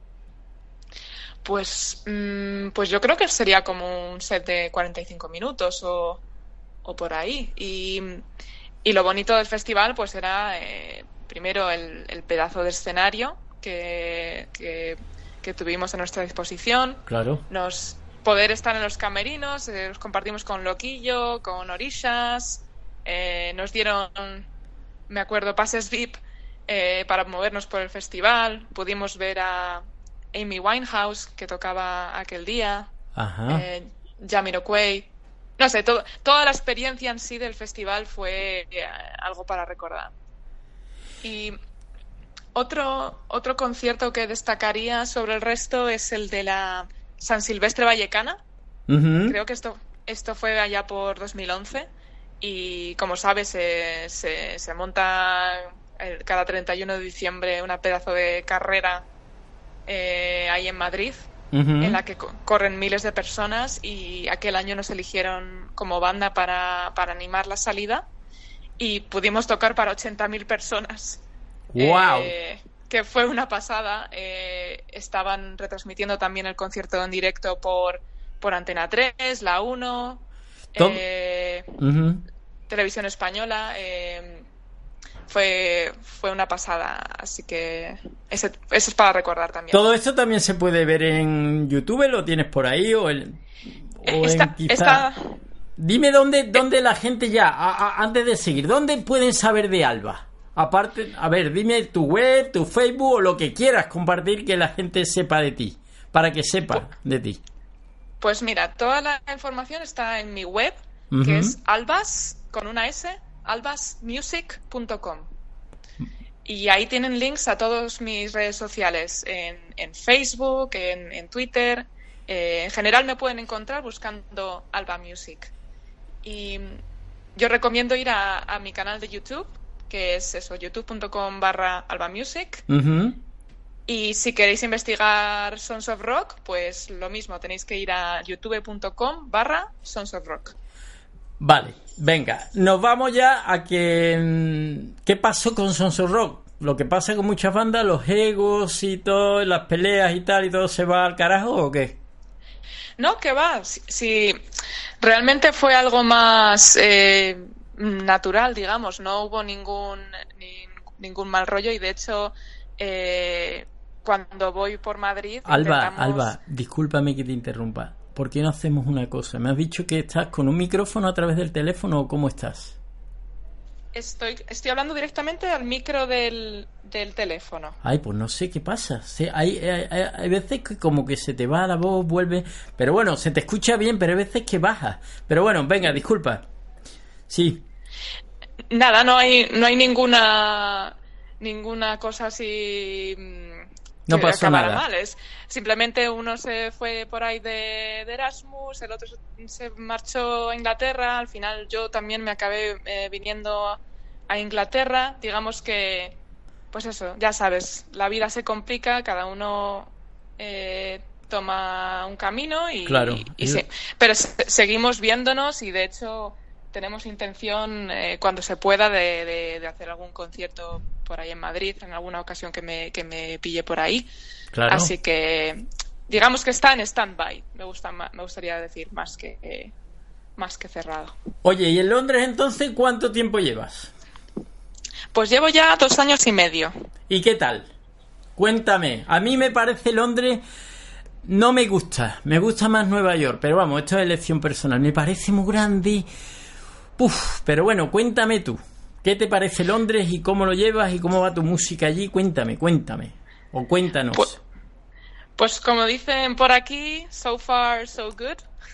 Pues yo creo que sería como un set de 45 minutos o por ahí. Y lo bonito del festival pues era primero el pedazo de escenario que tuvimos a nuestra disposición. Claro. Poder estar en los camerinos, los compartimos con Loquillo, con Orishas, nos dieron, me acuerdo, pases VIP para movernos por el festival. Pudimos ver a Amy Winehouse, que tocaba aquel día. Ajá. Jamiroquai, no sé, toda la experiencia en sí del festival fue algo para recordar. Y otro concierto que destacaría sobre el resto es el de la San Silvestre Vallecana. Creo que esto fue allá por 2011 y, como sabes, se monta cada 31 de diciembre una pedazo de carrera ahí en Madrid, en la que corren miles de personas, y aquel año nos eligieron como banda para animar la salida y pudimos tocar para 80.000 personas. ¡Wow! Que fue una pasada. Estaban retransmitiendo también el concierto en directo por Antena 3, La 1, Televisión Española. Fue una pasada, así que eso es para recordar también. ¿Todo esto también se puede ver en YouTube? ¿Lo tienes por ahí? Dime dónde la gente ya, antes de seguir, ¿dónde pueden saber de Alba? Aparte, a ver, dime tu web, tu Facebook o lo que quieras compartir, que la gente sepa de ti, para que sepa de ti. Pues mira, toda la información está en mi web, que es albas, con una S, albasmusic.com. Y ahí tienen links a todas mis redes sociales, en Facebook, en Twitter. En general me pueden encontrar buscando Alba Music. Y yo recomiendo ir a mi canal de YouTube, que es eso, youtube.com/albamusic. Y si queréis investigar Sons of Rock, pues lo mismo, tenéis que ir a youtube.com/Sons of Rock. Vale, venga, nos vamos ya a ¿qué pasó con Sons of Rock? Lo que pasa con muchas bandas, los egos y todo, las peleas y tal, y todo se va al carajo, ¿o qué? No, que va, si realmente fue algo más natural, digamos, no hubo ningún mal rollo, y de hecho cuando voy por Madrid Alba, discúlpame que te interrumpa. ¿Por qué no hacemos una cosa? ¿Me has dicho que estás con un micrófono a través del teléfono o cómo estás? Estoy hablando directamente al micro del teléfono. Ay, pues no sé qué pasa. Hay veces que como que se te va la voz, vuelve... Pero bueno, se te escucha bien, pero hay veces que baja. Pero bueno, venga, disculpa. Sí. Nada, no hay ninguna cosa así... No pasó nada. Mal. Simplemente uno se fue por ahí de Erasmus, el otro se marchó a Inglaterra. Al final yo también me acabé viniendo a Inglaterra. Digamos que, pues eso, ya sabes, la vida se complica, cada uno toma un camino y, claro. Sí. Pero seguimos viéndonos, y de hecho tenemos intención, cuando se pueda, de hacer algún concierto por ahí en Madrid, en alguna ocasión que me pille por ahí. Claro. Así que digamos que está en stand-by, me gustaría decir, más que cerrado. Oye, ¿y en Londres entonces cuánto tiempo llevas? Pues llevo ya 2 años y medio. ¿Y qué tal? Cuéntame. A mí me parece Londres... No me gusta más Nueva York, pero vamos, esto es elección personal. Me parece muy grande. Pero bueno, cuéntame tú. ¿Qué te parece Londres y cómo lo llevas y cómo va tu música allí? Cuéntame. O cuéntanos. Pues como dicen por aquí, so far so good.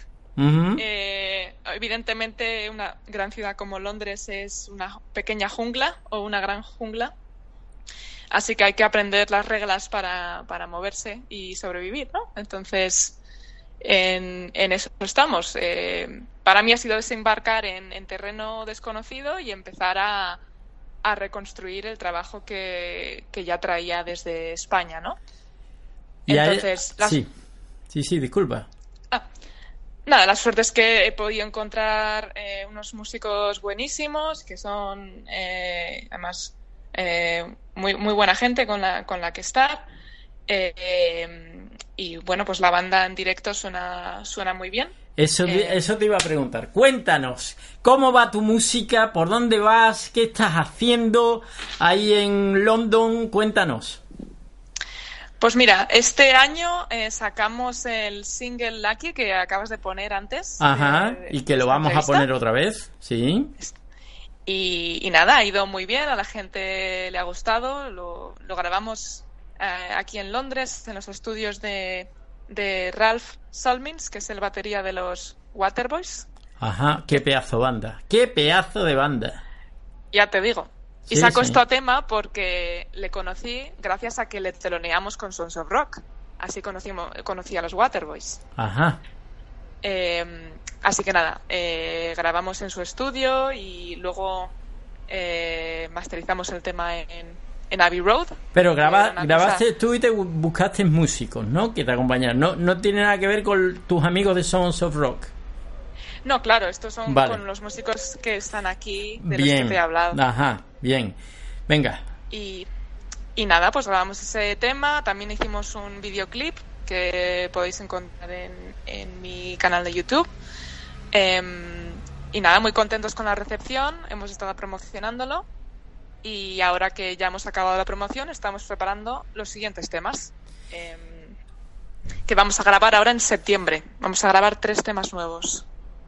Evidentemente una gran ciudad como Londres es una pequeña jungla o una gran jungla. Así que hay que aprender las reglas para moverse y sobrevivir, ¿no? Entonces, en eso estamos. Para mí ha sido desembarcar en terreno desconocido y empezar a reconstruir el trabajo que ya traía desde España, ¿no? Entonces, Sí, disculpa. Nada, la suerte es que he podido encontrar unos músicos buenísimos, que son además muy buena gente con la que estar. Y bueno, pues la banda en directo suena muy bien. Eso te iba a preguntar. Cuéntanos, ¿cómo va tu música? ¿Por dónde vas? ¿Qué estás haciendo ahí en London? Cuéntanos. Pues mira, este año sacamos el single Lucky, que acabas de poner antes. Ajá, y que lo vamos a poner otra vez, sí. Y nada, ha ido muy bien, a la gente le ha gustado. Lo grabamos aquí en Londres, en los estudios de Ralph Salmins, que es el batería de los Waterboys. Ajá, qué pedazo de banda. Qué pedazo de banda. Ya te digo. Y Sí, saco sí. esto a tema porque le conocí gracias a que le teloneamos con Sons of Rock. Así conocí a los Waterboys. Ajá. Así que nada, grabamos en su estudio y luego masterizamos el tema en Abbey Road. Pero Era una grabaste cosa- tú y te buscaste músicos, ¿no? Que te acompañaran. No tiene nada que ver con tus amigos de Sons of Rock. No, claro, estos son Vale. con los músicos que están aquí, de los que Bien. te he hablado. Ajá, bien. Venga. Y nada, pues grabamos ese tema. También hicimos un videoclip que podéis encontrar en mi canal de YouTube. Y nada, muy contentos con la recepción. Hemos estado promocionándolo. Y ahora que ya hemos acabado la promoción, estamos preparando los siguientes temas. Que vamos a grabar ahora en septiembre. Vamos a grabar 3 temas nuevos.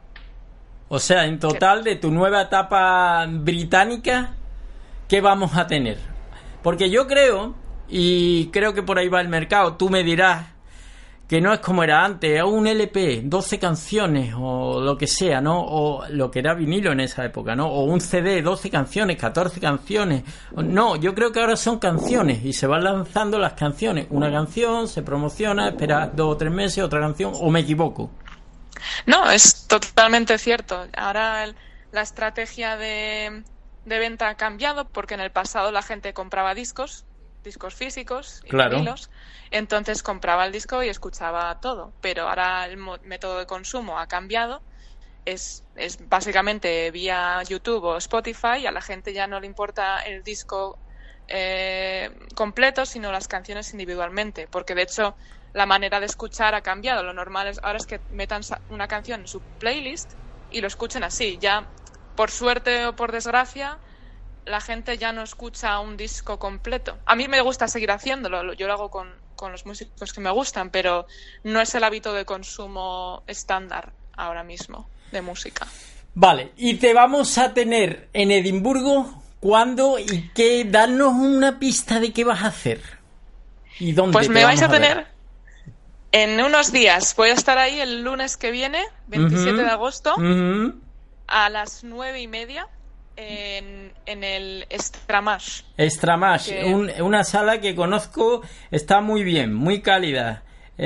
O sea, en total de tu nueva etapa británica, ¿qué vamos a tener? Porque yo creo, y creo que por ahí va el mercado, tú me dirás que no es como era antes, es un LP, 12 canciones o lo que sea, ¿no? O lo que era vinilo en esa época, ¿no? O un CD, 12 canciones, 14 canciones. No, yo creo que ahora son canciones y se van lanzando las canciones. Una canción, se promociona, espera 2 o 3 meses, otra canción, o me equivoco. No, es totalmente cierto. Ahora la estrategia de venta ha cambiado porque en el pasado la gente compraba discos físicos y Claro. vinilos, entonces compraba el disco y escuchaba todo. Pero ahora el método de consumo ha cambiado. Es básicamente vía YouTube o Spotify. A la gente ya no le importa el disco completo, sino las canciones individualmente, porque de hecho la manera de escuchar ha cambiado. Lo normal ahora es que metan una canción en su playlist y lo escuchen así. Ya, por suerte o por desgracia, la gente ya no escucha un disco completo. A mí me gusta seguir haciéndolo, yo lo hago con los músicos que me gustan, pero no es el hábito de consumo estándar ahora mismo de música. Vale, y te vamos a tener en Edimburgo, ¿cuándo y qué? Danos una pista de qué vas a hacer. ¿Y dónde Pues te me vais a vamos ver? tener en unos días. Voy a estar ahí el lunes que viene, 27 de agosto, a las 9:30 en el Stramash. Stramash, Que- una sala que conozco, está muy bien, muy cálida.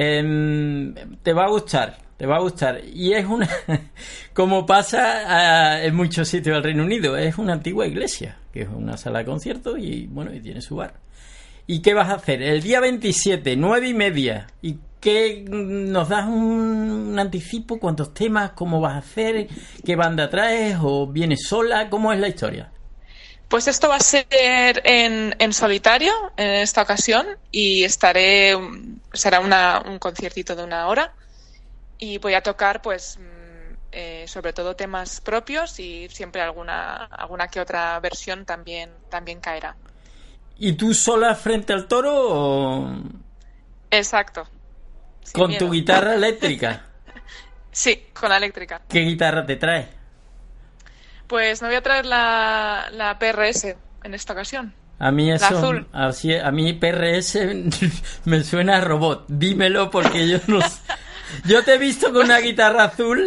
Te va a gustar, te va a gustar. Y es una, como pasa en muchos sitios del Reino Unido, es una antigua iglesia, que es una sala de conciertos y bueno, y tiene su bar. ¿Y qué vas a hacer? El día 27, 9:30. ¿Y qué nos das un anticipo? ¿Cuántos temas? ¿Cómo vas a hacer? ¿Qué banda traes? ¿O vienes sola? ¿Cómo es la historia? Pues esto va a ser en solitario en esta ocasión y será un conciertito de 1 hora y voy a tocar pues sobre todo temas propios y siempre alguna que otra versión también caerá. ¿Y tú sola frente al toro o Exacto. Sin con miedo. tu guitarra eléctrica? Sí, con la eléctrica. ¿Qué guitarra te traes? Pues me voy a traer la PRS en esta ocasión. A mí eso, azul. a mí PRS me suena a robot. Dímelo porque yo no sé. Yo te he visto con una guitarra azul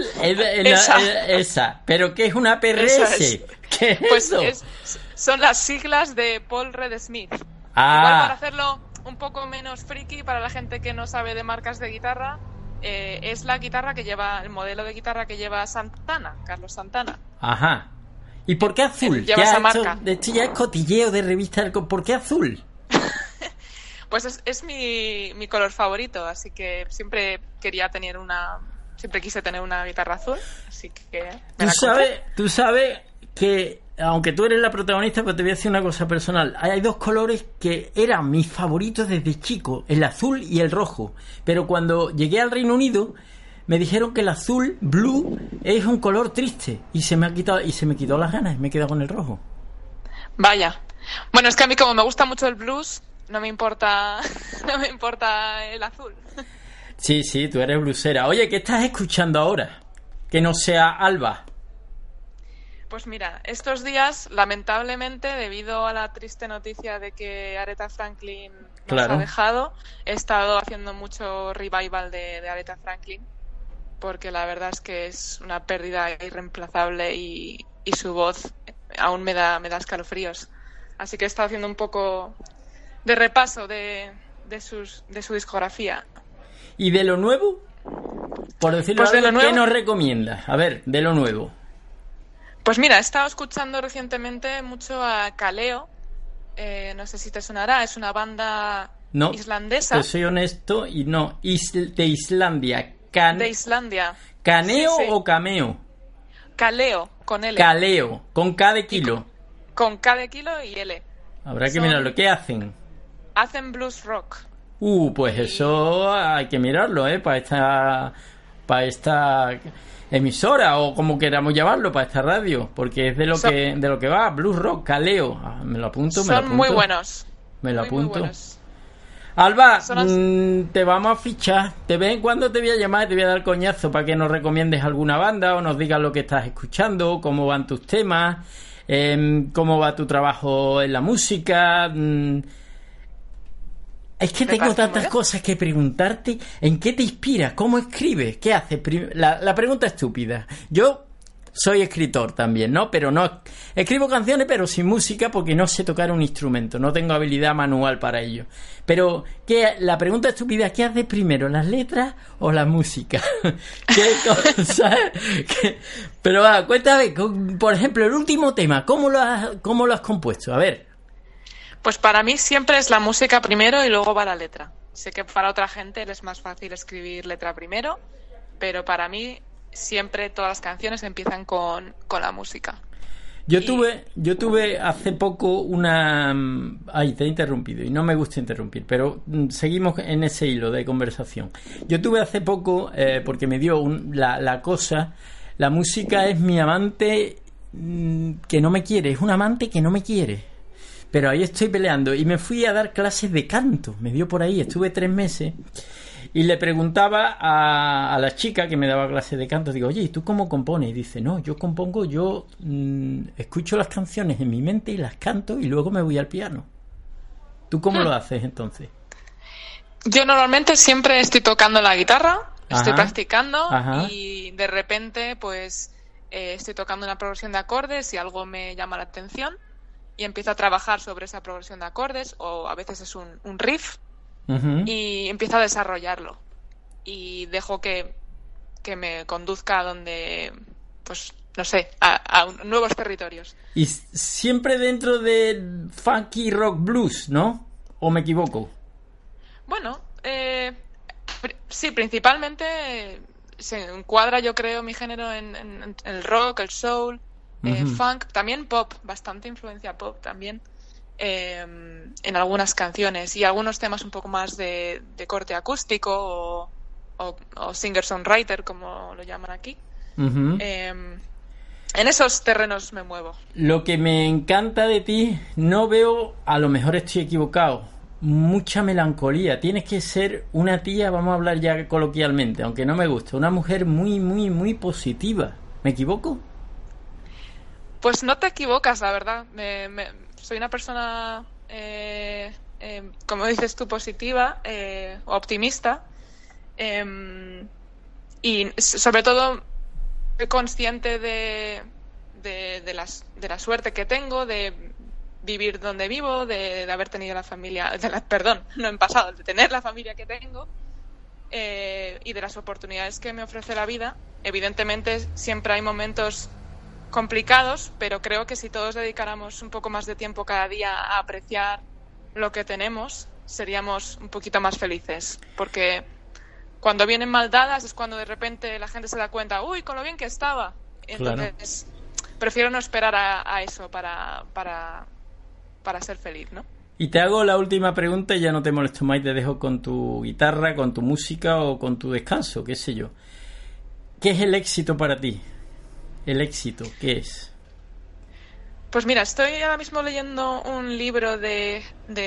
esa. ¿Pero qué es una PRS? Esa es. ¿Qué es Pues eso? son las siglas de Paul Reed Smith. Igual para hacerlo un poco menos friki para la gente que no sabe de marcas de guitarra, es la guitarra que lleva, el modelo de guitarra que lleva Santana, Carlos Santana. Ajá. ¿Y por qué azul? Lleva esa marca. De hecho ya es cotilleo de revista. ¿Por qué azul? Pues es mi color favorito, así que siempre quise tener una guitarra azul, así que me la compré. Tú sabes que, aunque tú eres la protagonista, pero te voy a decir una cosa personal. Hay 2 colores que eran mis favoritos desde chico, el azul y el rojo. Pero cuando llegué al Reino Unido, me dijeron que el azul, blue, es un color triste. Y se me quitó las ganas, me he quedado con el rojo. Vaya. Bueno, es que a mí como me gusta mucho el blues, no me importa el azul. Sí, tú eres blusera. Oye, ¿qué estás escuchando ahora? Que no sea Alba. Pues mira, estos días, lamentablemente, debido a la triste noticia de que Aretha Franklin nos Claro. ha dejado, he estado haciendo mucho revival de Aretha Franklin. porque la verdad es que es una pérdida irreemplazable y su voz aún me da escalofríos. Así que he estado haciendo un poco de repaso de su discografía. ¿Y de lo nuevo? Por decirlo Pues de algo, lo nuevo, ¿qué nos recomiendas? A ver, de lo nuevo. Pues mira, he estado escuchando recientemente mucho a Kaleo. No sé si te sonará, es una banda No, islandesa. te soy honesto y no. De Islandia. De Islandia. ¿Caneo Sí, sí. o cameo? Kaleo, con L. Caleo, con K de kilo. Con K de kilo y L. Habrá que Son- mirarlo. ¿Qué hacen? Hacen blues rock. Pues eso hay que mirarlo, para esta emisora o como queramos llamarlo, para esta radio, porque es de lo que va, blues rock, caleo. Me lo apunto, me lo Son apunto. muy buenos. Me lo Muy apunto. buenos. Alba, Son te vamos a fichar. De vez en cuando te voy a llamar y te voy a dar coñazo para que nos recomiendes alguna banda o nos digas lo que estás escuchando, cómo van tus temas, cómo va tu trabajo en la música. Es que Me tengo parece muy tantas bien. cosas que preguntarte. ¿En qué te inspiras? ¿Cómo escribes? ¿Qué haces? La pregunta estúpida. Yo soy escritor también, ¿no? Pero no escribo canciones, pero sin música porque no sé tocar un instrumento. No tengo habilidad manual para ello. Pero la pregunta estúpida, ¿qué haces primero? ¿Las letras o la música? ¿Qué cosa? Pero cuéntame, por ejemplo, el último tema, ¿cómo lo has compuesto? A ver. Pues para mí siempre es la música primero y luego va la letra. Sé que para otra gente es más fácil escribir letra primero, pero para mí siempre todas las canciones empiezan con la música. Yo tuve hace poco una... Ay, te he interrumpido y no me gusta interrumpir, pero seguimos en ese hilo de conversación. Yo tuve hace poco, porque me dio la cosa, la música es mi amante que no me quiere, es un amante que no me quiere. Pero ahí estoy peleando y me fui a dar clases de canto, me dio por ahí, estuve 3 meses y le preguntaba a la chica que me daba clases de canto, digo, oye, ¿y tú cómo compones? Y dice, no, yo compongo, escucho las canciones en mi mente y las canto y luego me voy al piano. ¿Tú cómo lo haces entonces? Yo normalmente siempre estoy tocando la guitarra, estoy Ajá. practicando Ajá. y de repente pues estoy tocando una progresión de acordes y algo me llama la atención y empiezo a trabajar sobre esa progresión de acordes o a veces es un riff Uh-huh. y empiezo a desarrollarlo y dejo que me conduzca a donde, pues no sé, a nuevos territorios. Y siempre dentro de funky rock blues, ¿no? ¿O me equivoco? Bueno, sí, principalmente se encuadra, yo creo, mi género en el rock, el soul, funk, también pop, bastante influencia pop también, en algunas canciones y algunos temas un poco más de corte acústico o singer-songwriter, como lo llaman aquí. Uh-huh. En esos terrenos me muevo. Lo que me encanta de ti, no veo, a lo mejor estoy equivocado, mucha melancolía. Tienes que ser una tía, vamos a hablar ya coloquialmente, aunque no me gusta, una mujer muy, muy, muy positiva. ¿Me equivoco? Pues no te equivocas, la verdad. Soy una persona, como dices tú, positiva, optimista. Y sobre todo soy consciente de la suerte que tengo, de vivir donde vivo, de haber tenido la familia, perdón, no en pasado, de tener la familia que tengo, y de las oportunidades que me ofrece la vida. Evidentemente siempre hay momentos complicados, pero creo que si todos dedicáramos un poco más de tiempo cada día a apreciar lo que tenemos, seríamos un poquito más felices, porque cuando vienen mal dadas es cuando de repente la gente se da cuenta, uy, con lo bien que estaba. Entonces, prefiero no esperar a eso para ser feliz, ¿no? Y te hago la última pregunta y ya no te molesto más y te dejo con tu guitarra, con tu música o con tu descanso, qué sé yo. ¿Qué es el éxito para ti? El éxito, ¿qué es? Pues mira, estoy ahora mismo leyendo un libro de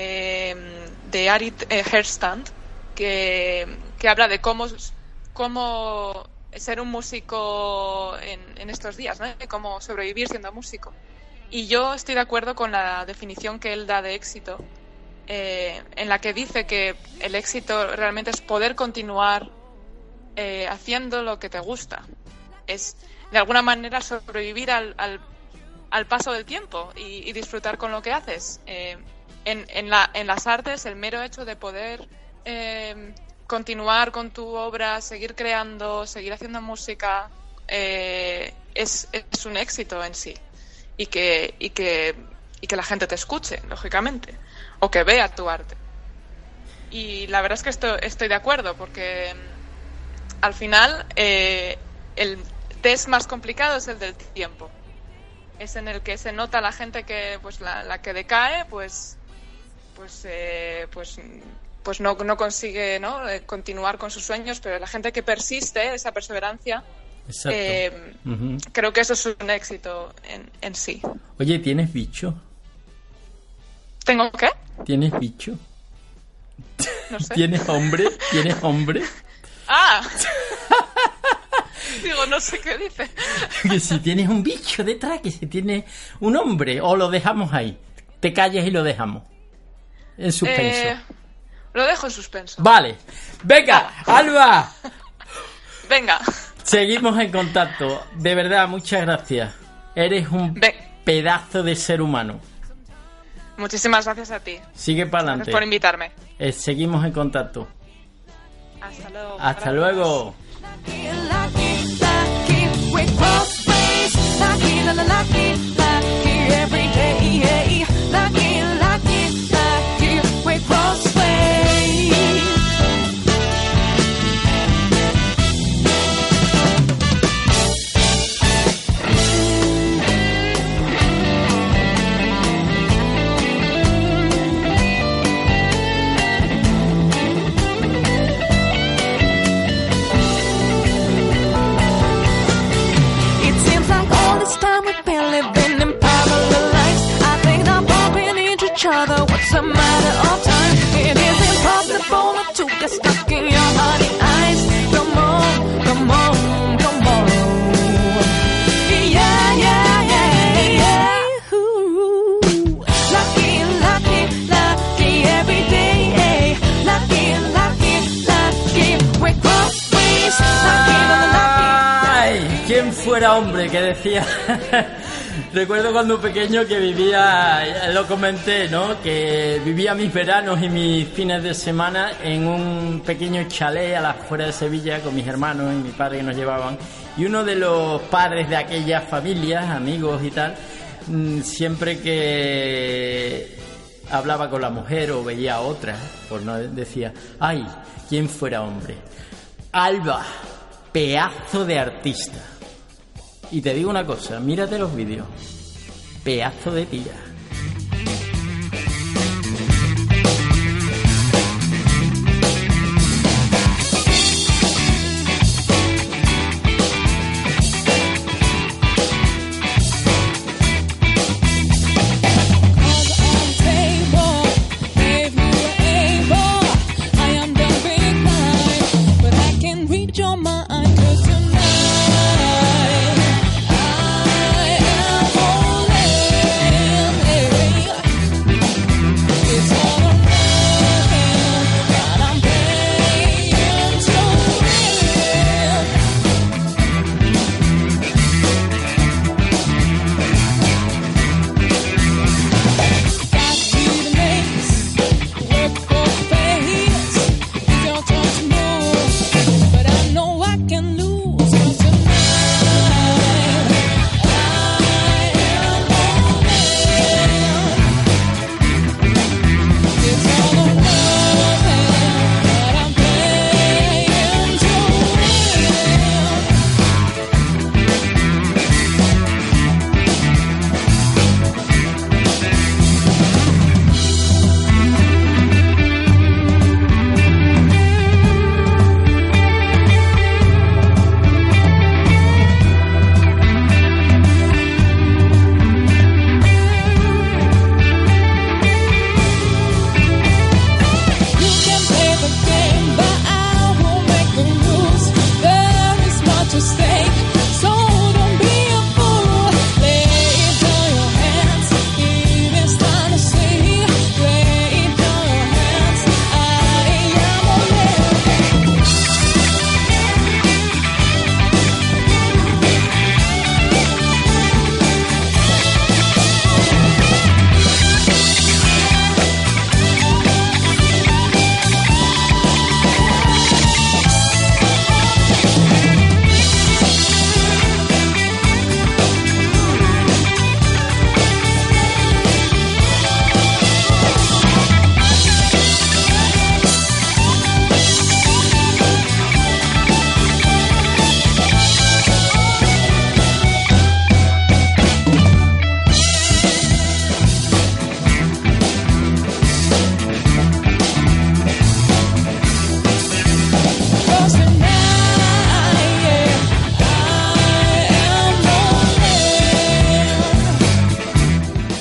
Arit Herstand que habla de cómo ser un músico en estos días, ¿no? De cómo sobrevivir siendo músico. Y yo estoy de acuerdo con la definición que él da de éxito, en la que dice que el éxito realmente es poder continuar haciendo lo que te gusta. Es de alguna manera sobrevivir al paso del tiempo y disfrutar con lo que haces. En las artes, el mero hecho de poder continuar con tu obra, seguir creando, seguir haciendo música, es un éxito en sí. Y que la gente te escuche, lógicamente, o que vea tu arte. Y la verdad es que estoy de acuerdo, porque al final el test más complicado es el del tiempo. Es en el que se nota la gente que, pues la que decae, pues no consigue, ¿no?, continuar con sus sueños, pero la gente que persiste, esa perseverancia, creo que eso es un éxito en sí. Oye, ¿tienes bicho? ¿Tengo qué? ¿Tienes bicho? No sé. ¿Tienes hombre? ¿Tienes hombre? ¡Ah! Digo, no sé qué dice. Que si tienes un bicho detrás, que si tienes un hombre, o lo dejamos ahí. Te calles y lo dejamos en suspenso. Lo dejo en suspenso. Vale. Venga, Alba. Venga. Seguimos en contacto. De verdad, muchas gracias. Eres un pedazo de ser humano. Muchísimas gracias a ti. Sigue para adelante. Gracias por invitarme. Seguimos en contacto. Hasta luego. Hasta luego. What's a matter of time? It is impossible to get stuck in your honey eyes. Come on, come on, come on. Yeah, yeah, yeah, yeah. Ooh. Lucky, lucky, lucky every day. Lucky, lucky, lucky. We cross ways. Lucky, lucky. Ay, ¿quién fuera hombre? Que decía. Recuerdo cuando pequeño que vivía, lo comenté, ¿no?, que vivía mis veranos y mis fines de semana en un pequeño chalet a las afueras de Sevilla con mis hermanos y mi padre que nos llevaban. Y uno de los padres de aquellas familias, amigos y tal, siempre que hablaba con la mujer o veía a otra, pues no decía, ay, ¿quién fuera hombre? Alba, pedazo de artista. Y te digo una cosa, mírate los vídeos. Pedazo de tía.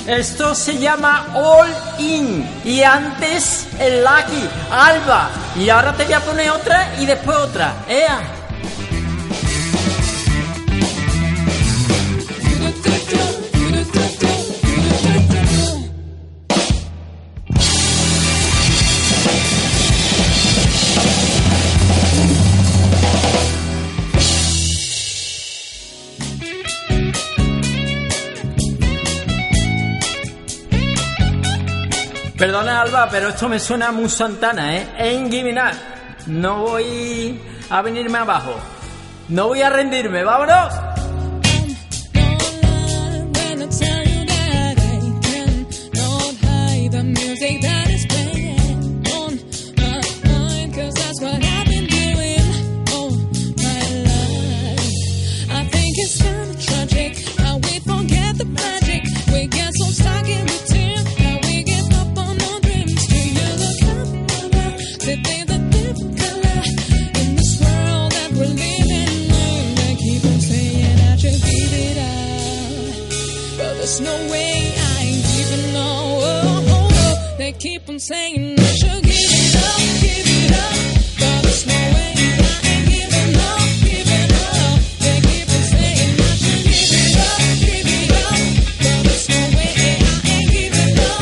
Esto se llama All In. Y antes el Lucky, Alba. Y ahora te voy a poner otra y después otra. ¡Ea! Perdona, Alba, pero esto me suena muy Santana, ¿eh? Ain't giving up. No voy a venirme abajo. No voy a rendirme, ¡vámonos! No way I ain't giving up. They keep on saying I should give it up, but there's no way I ain't giving up. They keep on saying I should give it up, but there's no way I ain't giving up.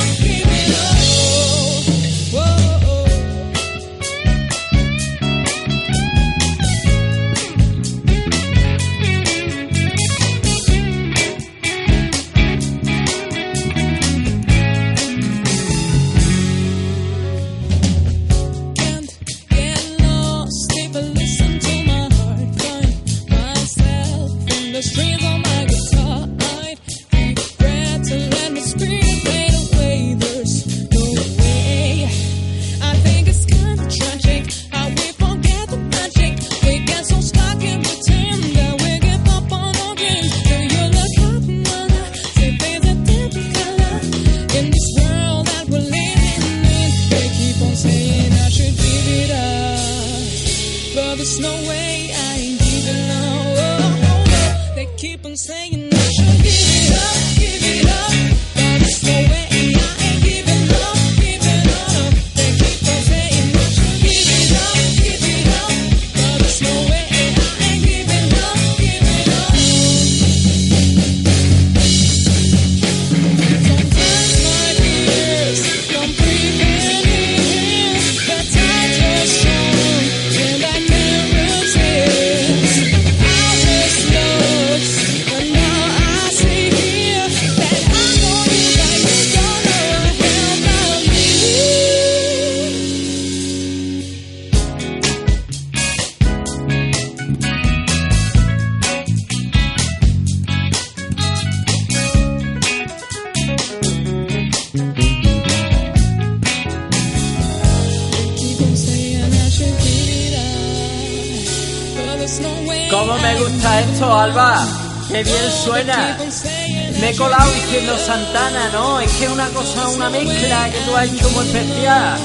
¿Cómo me gusta esto, Alba? ¡Qué bien suena! Me he colado diciendo Santana, ¿no? Es que es una cosa, una mezcla que tú has hecho muy especial.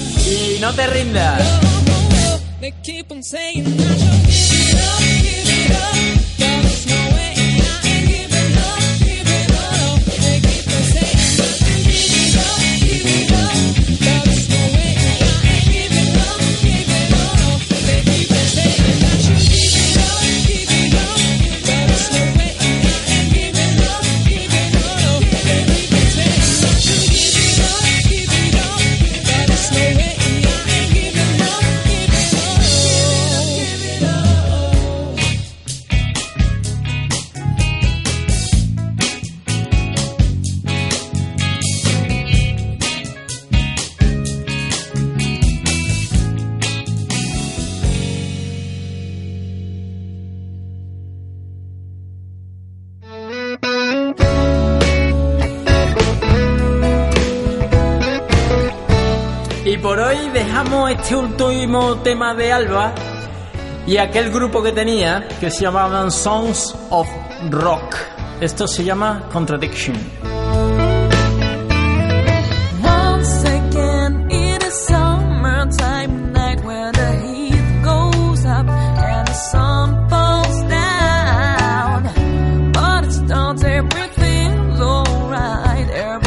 Y no te rindas. Y por hoy dejamos este último tema de Alba y aquel grupo que tenía que se llamaban Sons of Rock. Esto se llama Contradiction. Once again, it is summertime night where the heat goes up and the sun falls down. But it's not everything's alright.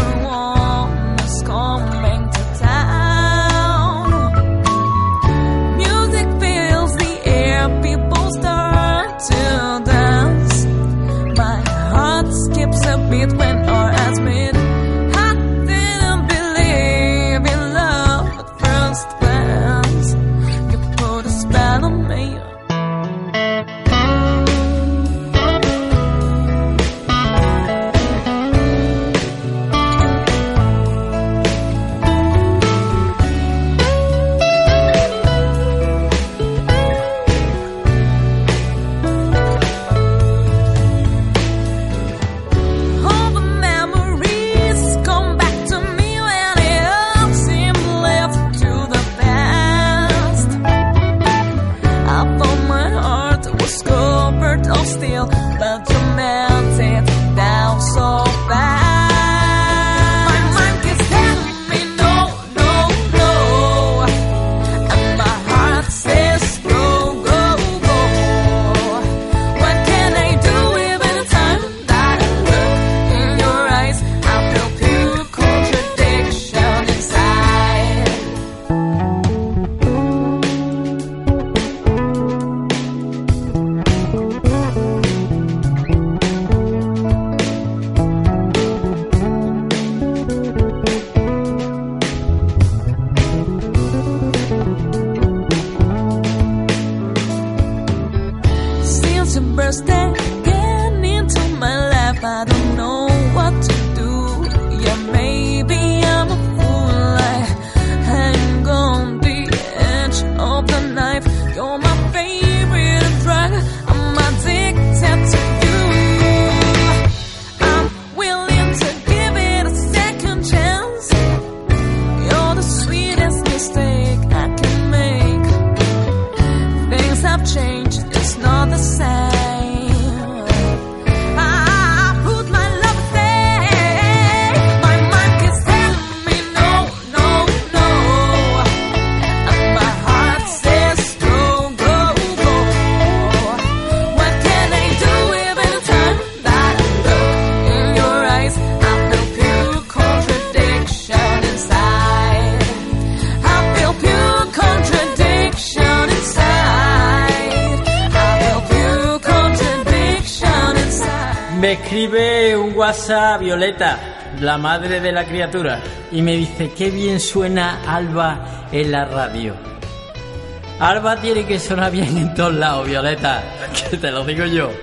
Me escribe un WhatsApp Violeta, la madre de la criatura, y me dice, qué bien suena Alba en la radio. Alba tiene que sonar bien en todos lados, Violeta, que te lo digo yo.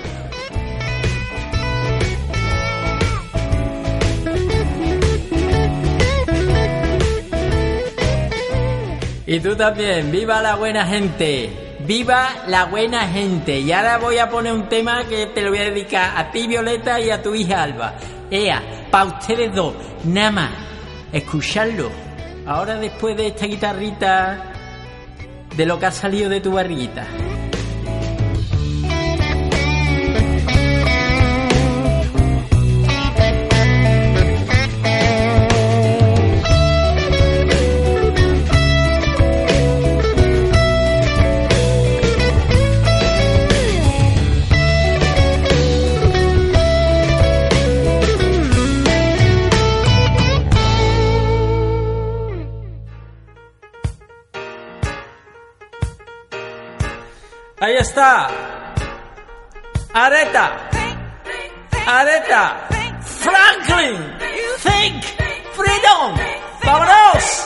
Y tú también, viva la buena gente. ¡Viva la buena gente! Y ahora voy a poner un tema que te lo voy a dedicar a ti, Violeta, y a tu hija, Alba. Ea, para ustedes dos, nada más, escucharlo. Ahora después de esta guitarrita, de lo que ha salido de tu barriguita. Ahí está. Aretha. Franklin. Think. Freedom. ¡Vámonos!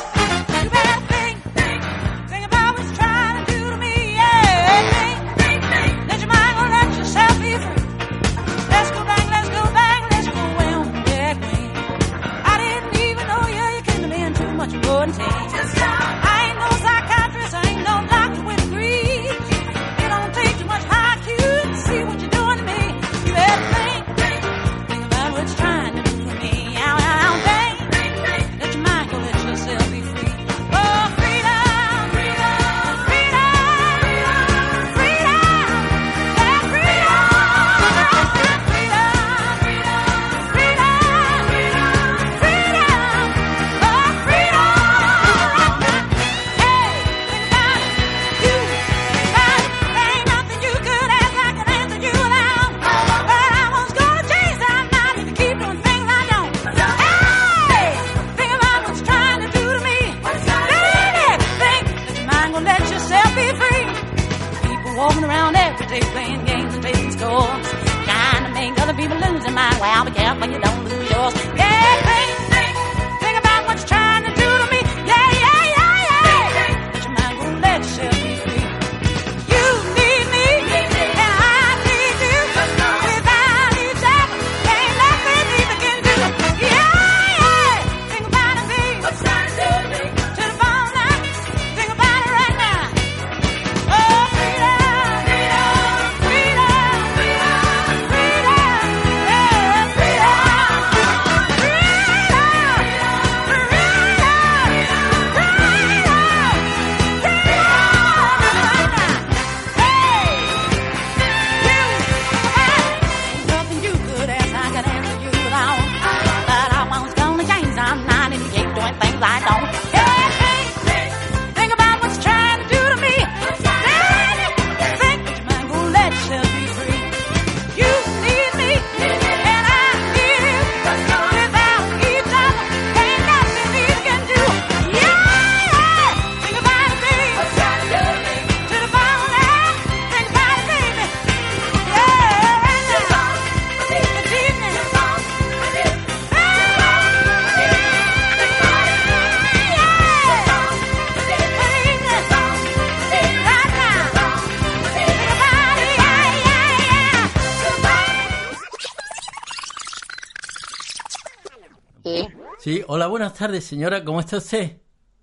Sí, hola, buenas tardes, señora. ¿Cómo está usted?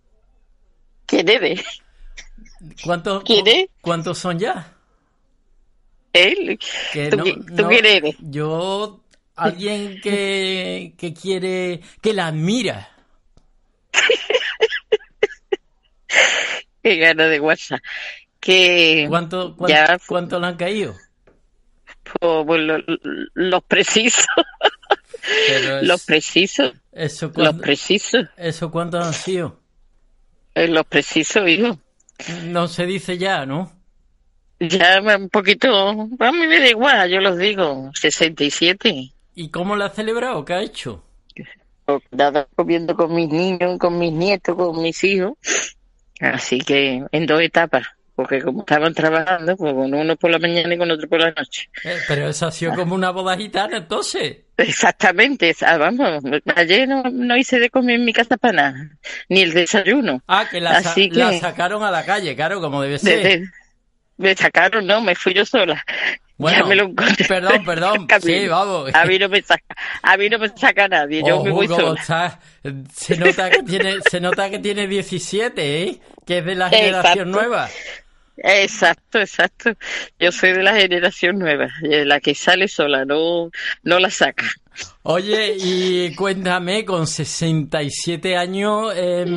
¿Quién eres? ¿Cuántos son ya? Él. ¿Tú quién eres? Yo, alguien que quiere, que la admira. Qué gana de WhatsApp. ¿Cuánto le han caído? Pues los precisos. Los precisos. Los precisos. ¿Eso cuántos han sido? Los precisos, hijo. No se dice ya, ¿no? Ya un poquito, a mí me da igual, yo los digo, 67. ¿Y cómo la ha celebrado? ¿Qué ha hecho? Nada, comiendo con mis niños, con mis nietos, con mis hijos. Así que en 2 etapas. porque como estaban trabajando, pues con uno por la mañana y con otro por la noche. Pero eso ha sido como una boda gitana, entonces. Exactamente, vamos, ayer no hice de comer en mi casa para nada, ni el desayuno. Que la sacaron a la calle, claro, como debe ser. Me sacaron, no, me fui yo sola. Bueno, ya me lo encontré. Perdón, sí, vamos. A mí no me saca nadie, yo me voy sola. Se nota que tiene 17, ¿eh? Que es de la generación nueva. Exacto. Yo soy de la generación nueva, la que sale sola, no la saca. Oye, y cuéntame, con 67 años,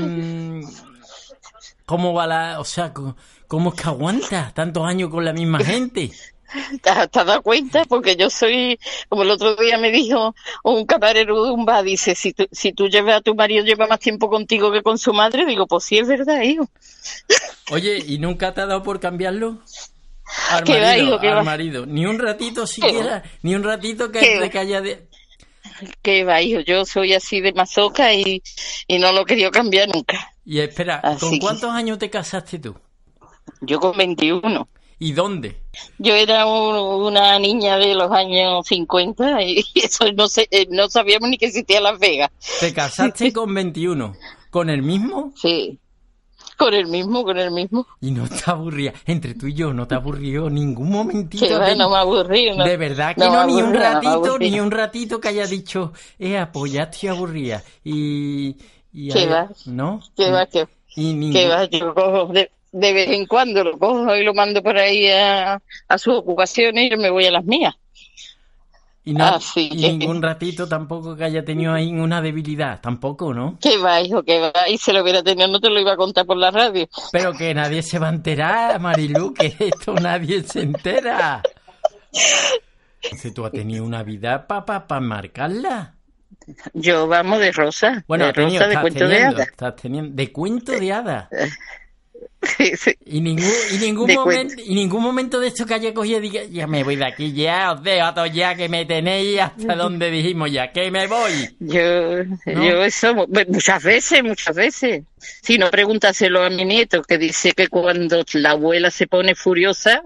¿cómo va cómo es que aguantas tantos años con la misma gente? ¿Te has dado cuenta? Porque yo soy, como el otro día me dijo un camarero de un bar, dice, si tú llevas a tu marido, lleva más tiempo contigo que con su madre. Digo, pues sí, es verdad, hijo. Oye, ¿y nunca te ha dado por cambiarlo? Al marido. Ni un ratito siquiera, ni un ratito que haya de... ¿Qué va, hijo? Yo soy así de masoca y no lo he querido cambiar nunca. Y espera, ¿con cuántos años te casaste tú? Yo con 21. ¿Y dónde? Yo era una niña de los años 50 y eso no sabíamos ni que existía Las Vegas. ¿Te casaste con 21? ¿Con el mismo? Sí, con el mismo. ¿Y no te aburría? Entre tú y yo, ¿no te aburrió ningún momentito? No me aburrí. No, de verdad que no, ni un ratito que haya dicho, pues ya estoy aburrida. ¿Qué va? ¿No? ¿Qué va? ¿Qué va? Yo cojo de vez en cuando lo cojo y lo mando por ahí a sus ocupaciones y yo me voy a las mías. Y ningún ratito tampoco que haya tenido ahí una debilidad, tampoco, ¿no? ¿Qué va, hijo? ¿Qué va? Y se lo hubiera tenido, no te lo iba a contar por la radio. Pero que nadie se va a enterar, Marilu, que esto nadie se entera. Entonces, ¿tú has tenido una vida para marcarla? Yo, vamos, de rosa. Bueno, de rosa, de cuento de hadas. De cuento de hadas. Sí. Y ningún momento de esto que haya cogido diga, ya me voy de aquí, ya os dejo a todos ya que me tenéis hasta donde dijimos ya, que me voy. Yo eso, muchas veces. Si no, pregúntaselo a mi nieto, que dice que cuando la abuela se pone furiosa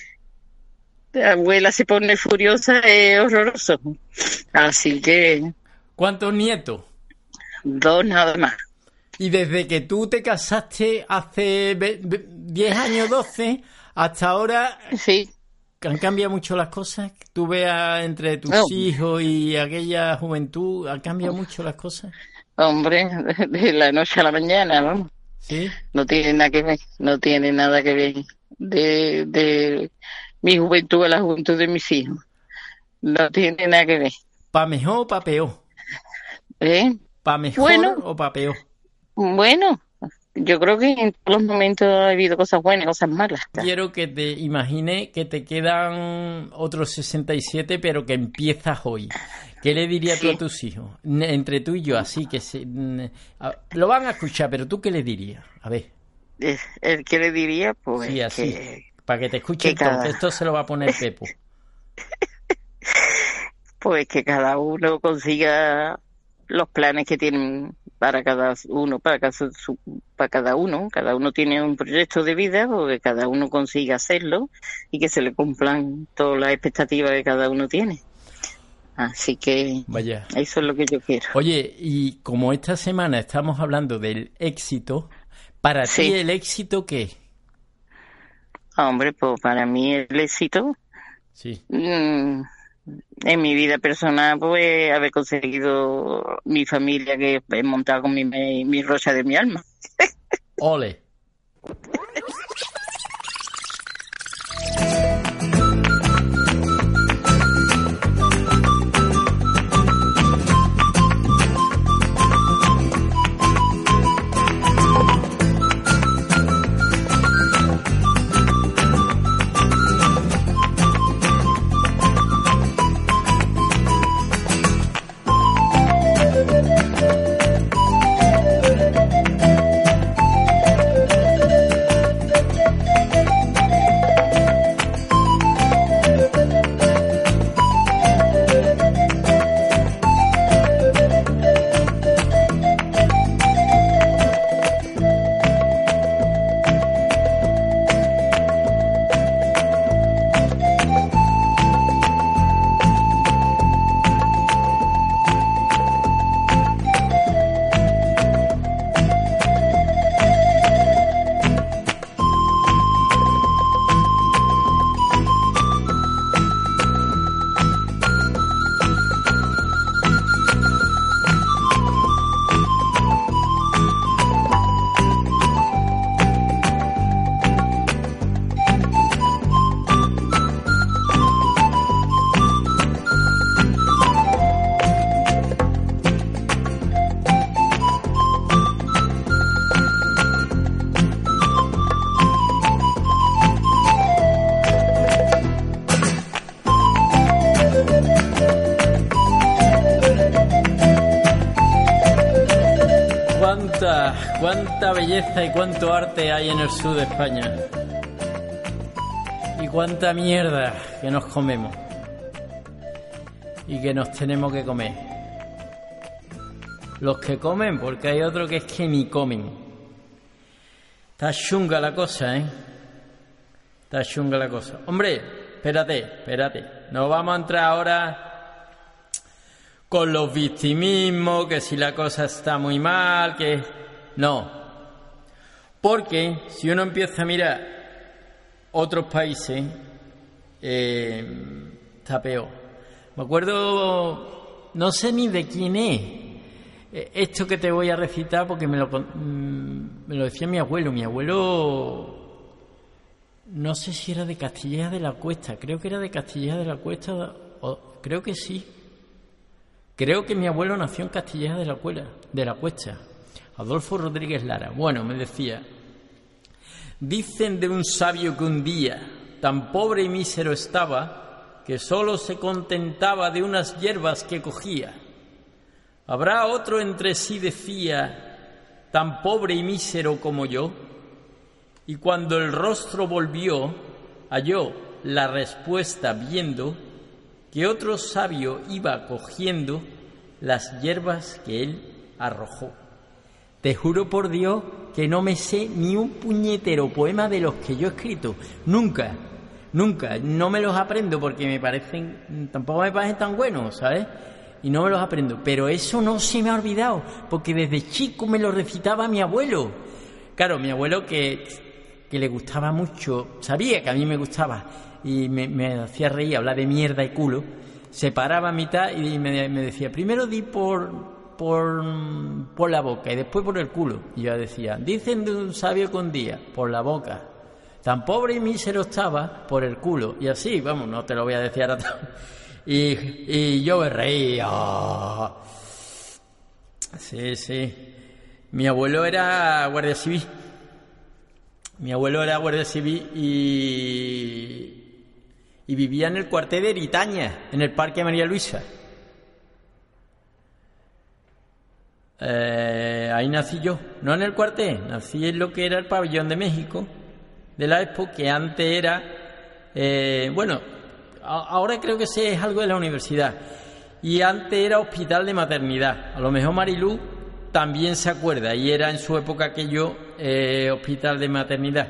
es horroroso. Así que... ¿Cuántos nietos? 2 nada más. Y desde que tú te casaste hace 10 años, 12, hasta ahora, sí, ¿han cambiado mucho las cosas? ¿Tú veas entre tus hijos y aquella juventud, han cambiado mucho las cosas? Hombre, de la noche a la mañana, vamos. ¿Sí? No tiene nada que ver de mi juventud a la juventud de mis hijos. No tiene nada que ver. ¿Pa mejor o pa peor? ¿Pa mejor o pa peor? Bueno, yo creo que en todos los momentos ha habido cosas buenas, cosas malas. Quiero que te imagines que te quedan otros 67, pero que empiezas hoy. ¿Qué le dirías tú a tus hijos? Entre tú y yo, así que lo van a escuchar, pero ¿tú qué le dirías? A ver. ¿El qué le diría? Pues sí, así, para que te escuchen todo. Esto se lo va a poner Pepo. Pues que cada uno consiga los planes que tienen para cada uno, cada uno tiene un proyecto de vida, o que cada uno consiga hacerlo y que se le cumplan todas las expectativas que cada uno tiene. Así que vaya, eso es lo que yo quiero. Oye, y como esta semana estamos hablando del éxito, ¿para ti el éxito qué? Hombre, pues para mí el éxito... Sí. En mi vida personal, pues, haber conseguido mi familia que he montado con mi rocha de mi alma. Ole. Cuánta belleza y cuánto arte hay en el sur de España. Y cuánta mierda que nos comemos. Y que nos tenemos que comer. Los que comen, porque hay otros que es que ni comen. Está chunga la cosa, ¿eh? Está chunga la cosa. Hombre, espérate. No vamos a entrar ahora con los victimismos, que si la cosa está muy mal, que... No. Porque si uno empieza a mirar otros países, está peor. Me acuerdo, no sé ni de quién es esto que te voy a recitar, porque me lo decía mi abuelo. Mi abuelo, no sé si era de Castilleja de la Cuesta, creo que era de Castilleja de la Cuesta, creo que sí. Creo que mi abuelo nació en Castilleja de la Cuesta, Adolfo Rodríguez Lara. Bueno, me decía, dicen de un sabio que un día tan pobre y mísero estaba que solo se contentaba de unas hierbas que cogía. Habrá otro entre sí, decía, tan pobre y mísero como yo. Y cuando el rostro volvió, halló la respuesta viendo que otro sabio iba cogiendo las hierbas que él arrojó. Te juro por Dios que no me sé ni un puñetero poema de los que yo he escrito. Nunca. No me los aprendo porque tampoco me parecen tan buenos, ¿sabes? Y no me los aprendo. Pero eso no se me ha olvidado, porque desde chico me lo recitaba mi abuelo. Claro, mi abuelo que le gustaba mucho, sabía que a mí me gustaba, y me hacía reír, hablar de mierda y culo, se paraba a mitad y me decía, primero di por la boca y después por el culo. Y yo decía, dicen de un sabio que un día, por la boca, tan pobre y mísero estaba, por el culo. Y así, vamos, no te lo voy a decir ahora. Y yo me reía. Sí. Mi abuelo era guardia civil. Y vivía en el cuartel de Eritaña, en el Parque María Luisa. Ahí nací yo, no en el cuartel, nací en lo que era el pabellón de México, de la Expo, que antes era, ahora creo que es algo de la universidad, y antes era hospital de maternidad. A lo mejor Marilú también se acuerda, y era en su época aquello hospital de maternidad.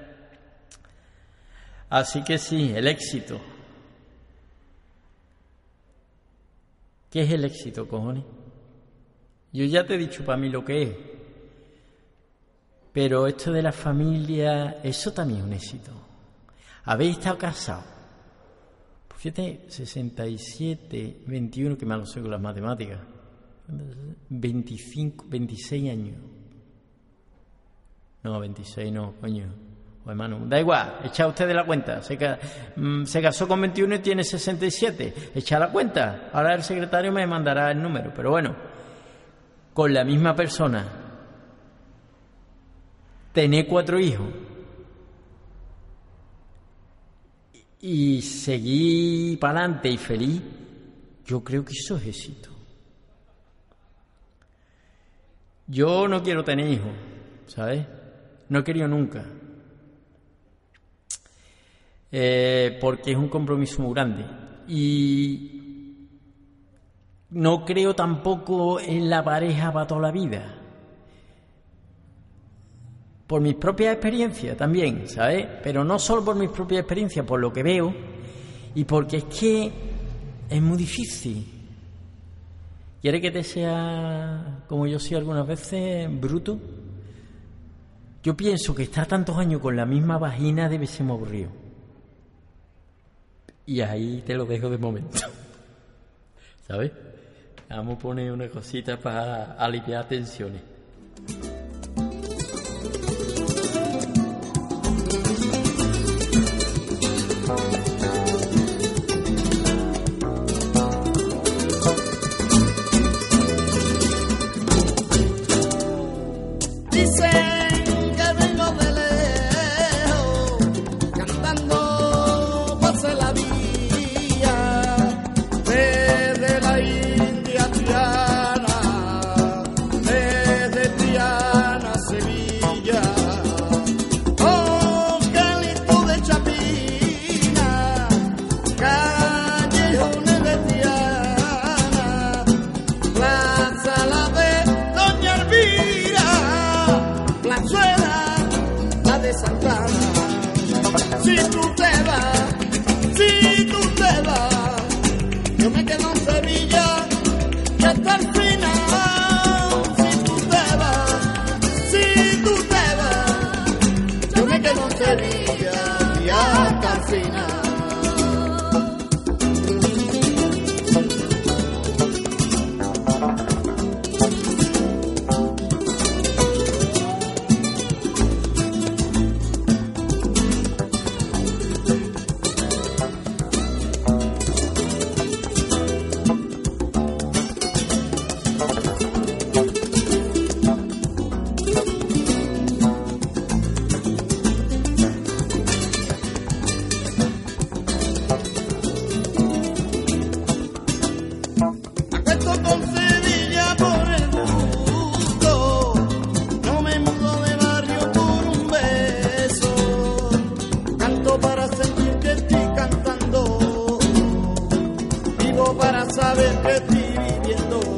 Así que sí, el éxito. ¿Qué es el éxito, cojones? Yo ya te he dicho para mí lo que es. Pero esto de la familia, eso también es un éxito. ¿Habéis estado casados? Pues fíjate, 67, 21, que malo soy con las matemáticas. 26 años. No, 26 no, coño. O hermano, da igual, echa usted de la cuenta. Se casó con 21 y tiene 67. Echa la cuenta. Ahora el secretario me mandará el número. Pero bueno, con la misma persona, tener 4 hijos y seguir para adelante y feliz, yo creo que eso es éxito. Yo no quiero tener hijos, ¿sabes? No he querido nunca. Porque es un compromiso muy grande. Y no creo tampoco en la pareja para toda la vida. Por mis propias experiencias también, ¿sabes? Pero no solo por mis propias experiencias, por lo que veo, y porque es que es muy difícil. ¿Quiere que te sea, como yo soy algunas veces, bruto? Yo pienso que estar tantos años con la misma vagina debe ser muy aburrido. Y ahí te lo dejo de momento. ¿Sabes? Vamos a poner una cosita para aliviar tensiones. Desde la India Triana, desde Sevilla y hasta el final. Si tú te vas, yo me quedo en Sevilla y hasta el final. Para saber que estoy viviendo.